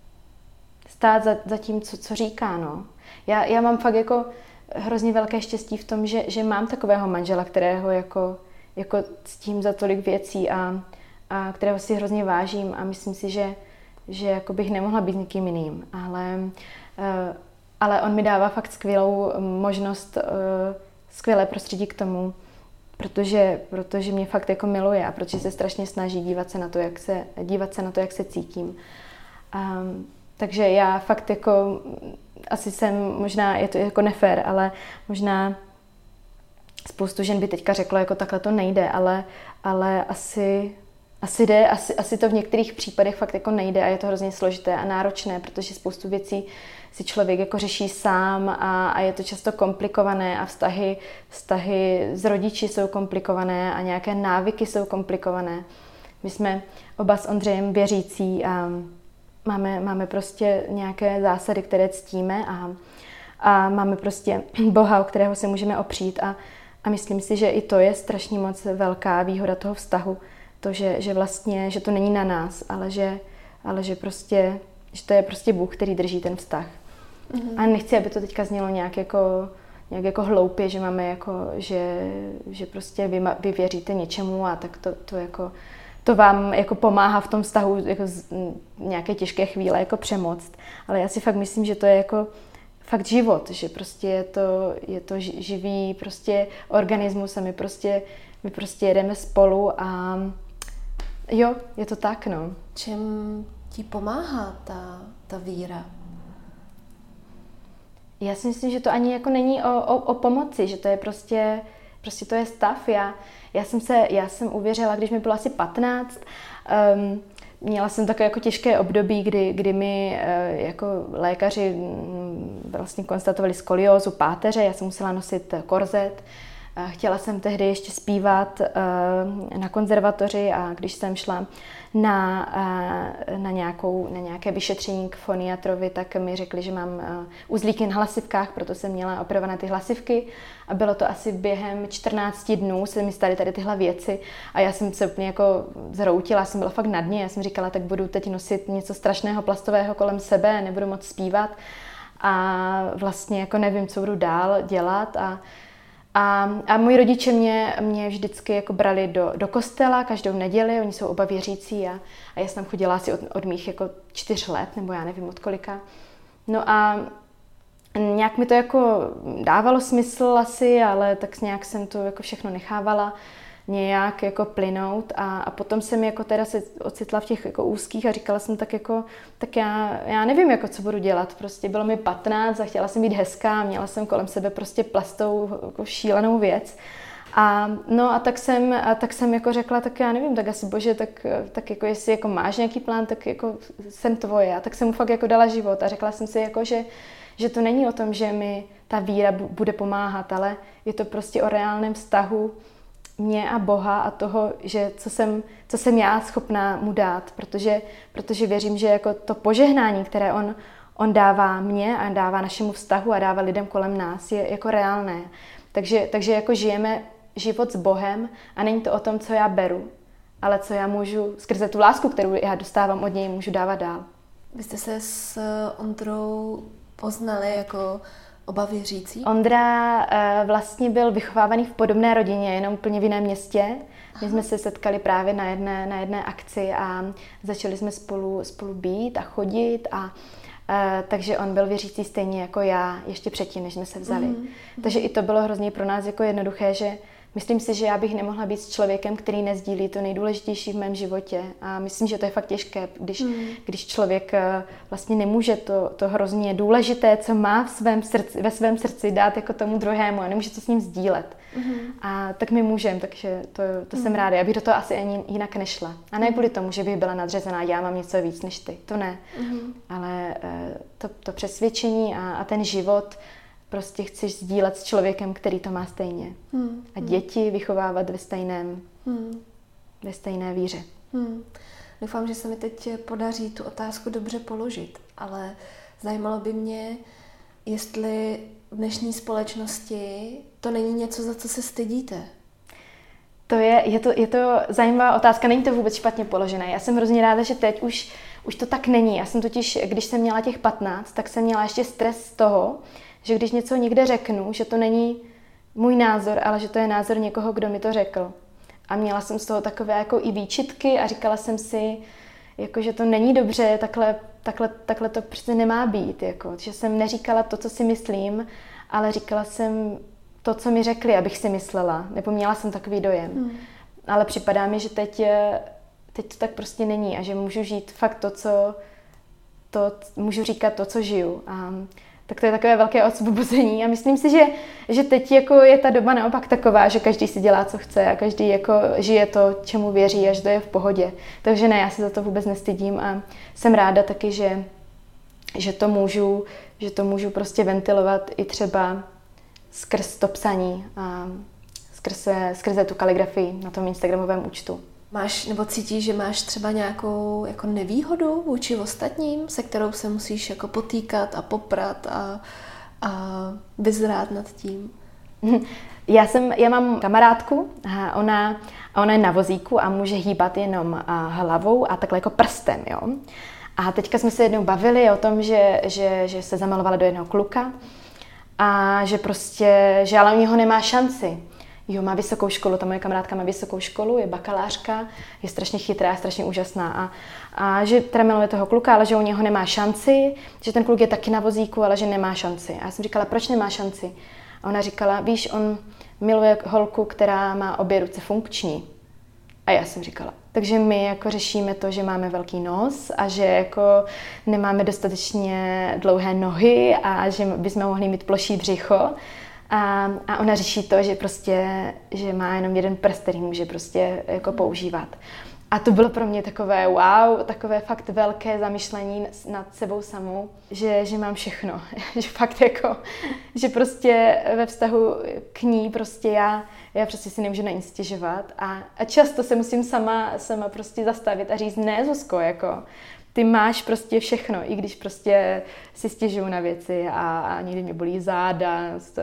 stát za, za tím, co, co říká. No. Já, já mám fakt jako hrozně velké štěstí v tom, že, že mám takového manžela, kterého jako, jako ctím za tolik věcí a, a kterého si hrozně vážím a myslím si, že, že jako bych nemohla být někým jiným. Ale, ale on mi dává fakt skvělou možnost, skvělé prostředí k tomu, protože, protože mě fakt jako miluje a protože se strašně snaží dívat se na to, jak se, dívat se na to, jak se cítím. Um, takže já fakt jako, asi jsem, možná je to jako nefér, ale možná spoustu žen by teďka řeklo, jako takhle to nejde, ale, ale asi, asi jde, asi, asi to v některých případech fakt jako nejde a je to hrozně složité a náročné, protože spoustu věcí si člověk jako řeší sám a, a je to často komplikované a vztahy, vztahy s rodiči jsou komplikované a nějaké návyky jsou komplikované. My jsme oba s Ondřejem věřící a máme, máme prostě nějaké zásady, které ctíme a, a máme prostě Boha, o kterého se můžeme opřít a, a myslím si, že i to je strašně moc velká výhoda toho vztahu, to, že, že vlastně, že to není na nás, ale že, ale že prostě, že to je prostě Bůh, který drží ten vztah. Mm-hmm. A nechci, aby to teďka znělo nějak jako, nějak jako hloupě, že máme jako, že, že prostě vy, vy věříte něčemu a tak to, to jako, to vám jako pomáhá v tom vztahu jako z, nějaké těžké chvíle jako přemoct. Ale já si fakt myslím, že to je jako fakt život, že prostě je to, je to živý prostě organismus a my prostě, my prostě jedeme spolu a jo, je to tak, no. Čem ti pomáhá ta, ta víra? Já si myslím, že to ani jako není o, o, o pomoci, že to je prostě, prostě to je stav. Já, já, jsem se, já jsem uvěřila, když mi bylo asi patnáct, um, měla jsem takové jako těžké období, kdy, kdy mi uh, jako lékaři um, vlastně konstatovali skoliózu páteře, já jsem musela nosit korzet. Chtěla jsem tehdy ještě zpívat uh, na konzervatoři a když jsem šla na, uh, na, nějakou, na nějaké vyšetření k foniatrovi, tak mi řekli, že mám uh, uzlíky na hlasivkách, proto jsem měla operované ty hlasivky a bylo to asi během čtrnácti dnů, se mi staly tady tyhle věci a já jsem se úplně jako zhroutila, jsem byla fakt na dně, já jsem říkala, tak budu teď nosit něco strašného plastového kolem sebe, nebudu moc zpívat a vlastně jako nevím, co budu dál dělat a A, a moji rodiče mě, mě vždycky jako brali do, do kostela každou neděli, oni jsou oba věřící a, a já jsem tam chodila asi od, od mých jako čtyř let, nebo já nevím od kolika. No a nějak mi to jako dávalo smysl asi, ale tak nějak jsem to jako všechno nechávala nějak jako plynout a, a potom jsem jako teda se ocitla v těch jako úzkých a říkala jsem tak jako, tak já, já nevím jako co budu dělat, prostě bylo mi patnáct a chtěla jsem být hezká a měla jsem kolem sebe prostě plastou jako šílenou věc a no a tak jsem, a tak jsem jako řekla, tak já nevím, tak asi bože, tak, tak jako jestli jako máš nějaký plán, tak jako jsem tvoje a tak jsem mu fakt jako dala život a řekla jsem si jako, že že to není o tom, že mi ta víra bude pomáhat, ale je to prostě o reálném vztahu mě a Boha a toho, že co jsem, co jsem já schopná mu dát, protože, protože věřím, že jako to požehnání, které on, on dává mně a dává našemu vztahu a dává lidem kolem nás, je jako reálné. Takže, takže jako žijeme život s Bohem a není to o tom, co já beru, ale co já můžu skrze tu lásku, kterou já dostávám od něj, můžu dávat dál. Vy jste se s Ondrou poznali jako oba věřící? Ondra uh, vlastně byl vychovávaný v podobné rodině, jenom úplně v jiném městě. My jsme se setkali právě na jedné, na jedné akci a začali jsme spolu, spolu být a chodit. A, uh, takže on byl věřící stejně jako já ještě předtím, než jsme se vzali. Mm-hmm. Takže i to bylo hrozně pro nás jako jednoduché, že myslím si, že já bych nemohla být s člověkem, který nezdílí to nejdůležitější v mém životě. A myslím, že to je fakt těžké, když, mm. když člověk vlastně nemůže to, to hrozně důležité, co má v svém srdci, ve svém srdci, dát jako tomu druhému a nemůže to s ním sdílet. Mm. A tak my můžeme, takže to, to mm. jsem ráda. Já bych do toho asi ani jinak nešla. A ne kvůli tomu, že bych byla nadřazená, já mám něco víc než ty. To ne. Mm. Ale to, to přesvědčení a, a ten život prostě chceš sdílet s člověkem, který to má stejně. Hmm. A děti vychovávat ve stejném, hmm. ve stejné víře. Hmm. Doufám, že se mi teď podaří tu otázku dobře položit, ale zajímalo by mě, jestli v dnešní společnosti to není něco, za co se stydíte. To je, je, to, je to zajímavá otázka, není to vůbec špatně položené. Já jsem hrozně ráda, že teď už, už to tak není. Já jsem totiž, když jsem měla těch patnáct, tak jsem měla ještě stres z toho, že když něco někde řeknu, že to není můj názor, ale že to je názor někoho, kdo mi to řekl. A měla jsem z toho takové jako i výčitky a říkala jsem si, jako, že to není dobře, takhle, takhle, takhle to prostě nemá být. Jako, že jsem neříkala to, co si myslím, ale říkala jsem to, co mi řekli, abych si myslela. Nebo měla jsem takový dojem. Hmm. Ale připadá mi, že teď, teď to tak prostě není a že můžu žít fakt to, co to, můžu říkat to, co žiju. A tak to je takové velké osvobození a myslím si, že, že teď jako je ta doba naopak taková, že každý si dělá, co chce a každý jako žije to, čemu věří a že to je v pohodě. Takže ne, já se za to vůbec nestydím a jsem ráda taky, že, že to můžu, že to můžu prostě ventilovat i třeba skrz to psaní a skrze, skrze tu kaligrafii na tom instagramovém účtu. Máš nebo cítíš, že máš třeba nějakou jako nevýhodu vůči ostatním, se kterou se musíš jako potýkat a poprat a, a vyzrát nad tím? Já, jsem, já mám kamarádku a ona, a ona je na vozíku a může hýbat jenom hlavou a takhle jako prstem. Jo? A teďka jsme se jednou bavili o tom, že, že, že se zamalovala do jednoho kluka a že prostě, že ale u něho nemá šanci. Jo, má vysokou školu, ta moje kamarádka má vysokou školu, je bakalářka, je strašně chytrá, strašně úžasná a, a že teda miluje toho kluka, ale že u něho nemá šanci, že ten kluk je taky na vozíku, ale že nemá šanci. A já jsem říkala, proč nemá šanci? A ona říkala, víš, on miluje holku, která má obě ruce funkční. A já jsem říkala, takže my jako řešíme to, že máme velký nos a že jako nemáme dostatečně dlouhé nohy a že bychom mohli mít ploší břicho. A, a ona řeší to, že prostě, že má jenom jeden prst, který může prostě jako používat. A to bylo pro mě takové wow, takové fakt velké zamyšlení nad sebou samou, že, že mám všechno. Že fakt jako, že prostě ve vztahu k ní prostě já, já prostě si nemůžu na nic stěžovat. A, a často se musím sama, sama prostě zastavit a říct, ne Zuzko, jako ty máš prostě všechno, i když prostě si stěžuju na věci a, a někdy mě bolí záda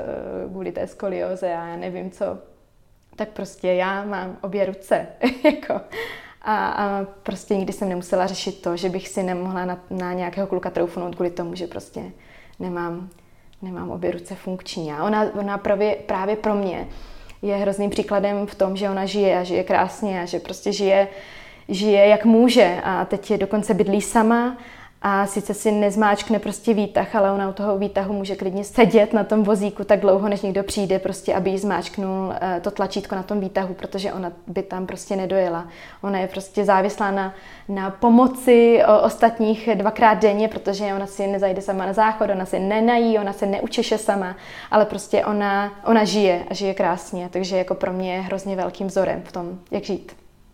kvůli té skolioze a já nevím co, tak prostě já mám obě ruce. jako. A, a prostě nikdy jsem nemusela řešit to, že bych si nemohla na, na nějakého kluka troufnout kvůli tomu, že prostě nemám, nemám obě ruce funkční. A ona, ona právě, právě pro mě je hrozným příkladem v tom, že ona žije a žije krásně a že prostě žije žije jak může a teď je dokonce bydlí sama a sice si nezmáčkne prostě výtah, ale ona u toho výtahu může klidně sedět na tom vozíku tak dlouho, než někdo přijde prostě, aby jí zmáčknul to tlačítko na tom výtahu, protože ona by tam prostě nedojela. Ona je prostě závislá na, na pomoci ostatních dvakrát denně, protože ona si nezajde sama na záchod, ona si nenají, ona se neučeše sama, ale prostě ona, ona žije a žije krásně, takže jako pro mě je hrozně velkým vzorem v tom, jak žít.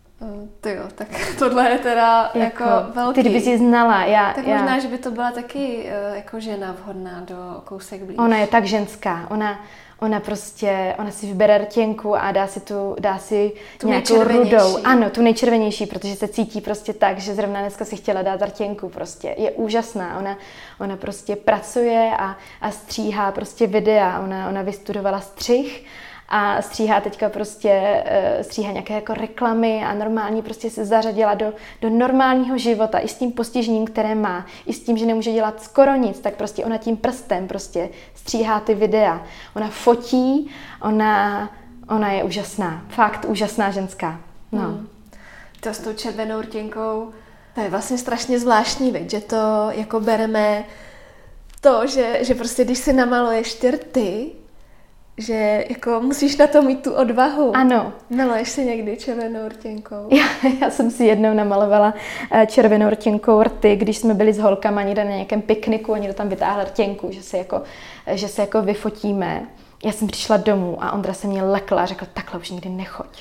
Ty jo, tak tohle je teda jako, jako velký. Ty kdyby jsi znala. Já, tak já. možná, že by to byla taky jako žena vhodná do kousek blíž. Ona je tak ženská. Ona, ona prostě, ona si vybere rtěnku a dá si tu, dá si tu nějakou rudou. Ano, tu nejčervenější, protože se cítí prostě tak, že zrovna dneska si chtěla dát rtěnku prostě. Je úžasná. Ona, ona prostě pracuje a, a stříhá prostě videa. Ona, ona vystudovala střih. A stříhá teďka prostě, stříhá nějaké jako reklamy a normální prostě se zařadila do, do normálního života i s tím postižením, které má, i s tím, že nemůže dělat skoro nic, tak prostě ona tím prstem prostě stříhá ty videa. Ona fotí, ona, ona je úžasná, fakt úžasná ženská. No. Hmm. To s tou červenou rtěnkou, to je vlastně strašně zvláštní, věc, že to jako bereme to, že, že prostě když si namaluješ ty rty, že jako musíš na to mít tu odvahu. Ano. Maluješ si někdy červenou rtěnkou? Já, já jsem si jednou namalovala červenou rtěnkou rty, když jsme byli s holkama někde na nějakém pikniku a někdo tam vytáhl rtěnku, že se jako, že se jako vyfotíme. Já jsem přišla domů a Ondra se mě lekla a řekl, takhle už nikdy nechoď.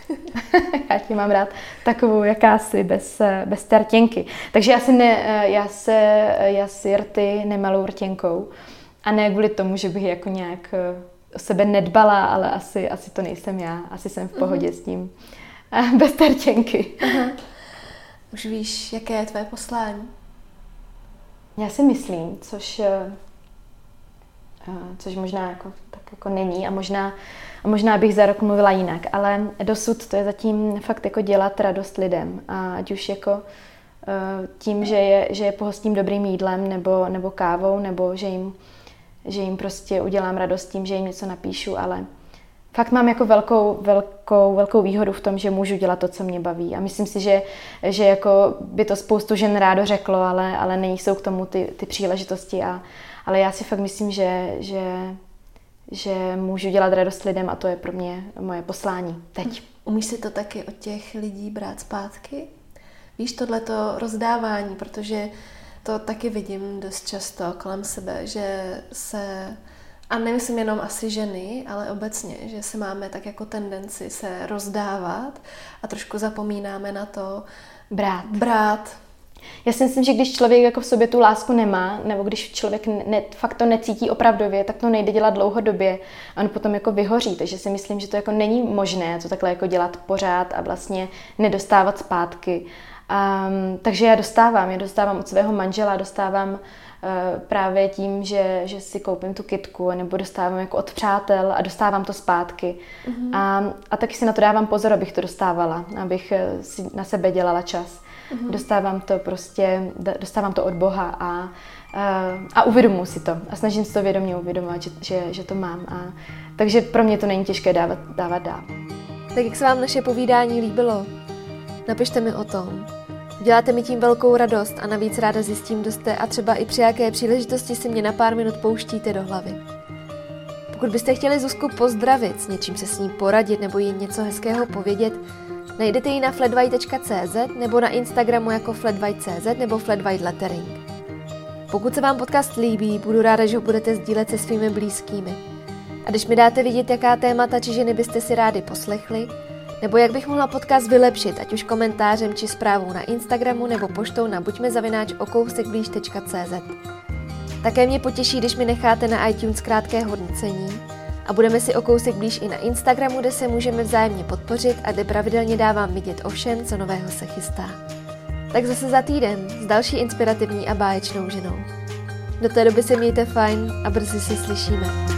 Já tě mám rád takovou jakási bez, bez té rtěnky. Takže já si, ne, já se, já si rty nemaluju rtěnkou. A ne kvůli tomu, že bych jako nějak o sebe nedbala, ale asi, asi to nejsem já. Asi jsem v pohodě uh-huh. s tím. Bez té rtěnky. Uh-huh. Už víš, jaké je tvoje poslání? Já si myslím, což, což možná jako, tak jako není a možná, a možná bych za rok mluvila jinak, ale dosud to je zatím fakt jako dělat radost lidem. A ať už jako tím, že je, že je pohostím dobrým jídlem nebo, nebo kávou, nebo že jim, že jim prostě udělám radost tím, že jim něco napíšu, ale fakt mám jako velkou, velkou, velkou výhodu v tom, že můžu dělat to, co mě baví. A myslím si, že, že jako by to spoustu žen rádo řeklo, ale, ale nejsou k tomu ty, ty příležitosti. A, ale já si fakt myslím, že, že, že můžu dělat radost lidem a to je pro mě moje poslání teď. Umíš si to taky od těch lidí brát zpátky? Víš, tohleto rozdávání, protože to taky vidím dost často kolem sebe, že se, a nemyslím jenom asi ženy, ale obecně, že se máme tak jako tendenci se rozdávat a trošku zapomínáme na to brát. brát. Já si myslím, že když člověk jako v sobě tu lásku nemá, nebo když člověk ne, fakt to necítí opravdově, tak to nejde dělat dlouhodobě a on potom jako vyhoří. Takže si myslím, že to jako není možné to takhle jako dělat pořád a vlastně nedostávat zpátky. Um, takže já dostávám, já dostávám od svého manžela, dostávám uh, právě tím, že, že si koupím tu kytku, nebo dostávám jako od přátel a dostávám to zpátky. Mm-hmm. A, a taky si na to dávám pozor, abych to dostávala, abych si na sebe dělala čas. Mm-hmm. Dostávám to prostě, dostávám to od Boha a, a, a uvědomuji si to. A snažím se to vědomě uvědomovat, že, že, že to mám. A, takže pro mě to není těžké dávat, dávat dál. Tak jak se vám naše povídání líbilo? Napište mi o tom. Děláte mi tím velkou radost a navíc ráda zjistím, kdo jste a třeba i při jaké příležitosti si mě na pár minut pouštíte do hlavy. Pokud byste chtěli Zuzku pozdravit, s něčím se s ní poradit nebo jí něco hezkého povědět, najdete ji na flatwhite tečka cé zet nebo na Instagramu jako flatwhite tečka cé zet nebo flatwhite lettering. Pokud se vám podcast líbí, budu ráda, že ho budete sdílet se svými blízkými. A když mi dáte vidět, jaká témata či ženy byste si rádi poslechli, nebo jak bych mohla podcast vylepšit, ať už komentářem či zprávou na Instagramu nebo poštou na buďme zavináč o kousek blíž tečka cé zet. Také mě potěší, když mi necháte na iTunes krátké hodnocení a budeme si o kousek blíž i na Instagramu, kde se můžeme vzájemně podpořit a kde pravidelně dávám vidět o všem, co nového se chystá. Tak zase za týden s další inspirativní a báječnou ženou. Do té doby se mějte fajn a brzy se slyšíme.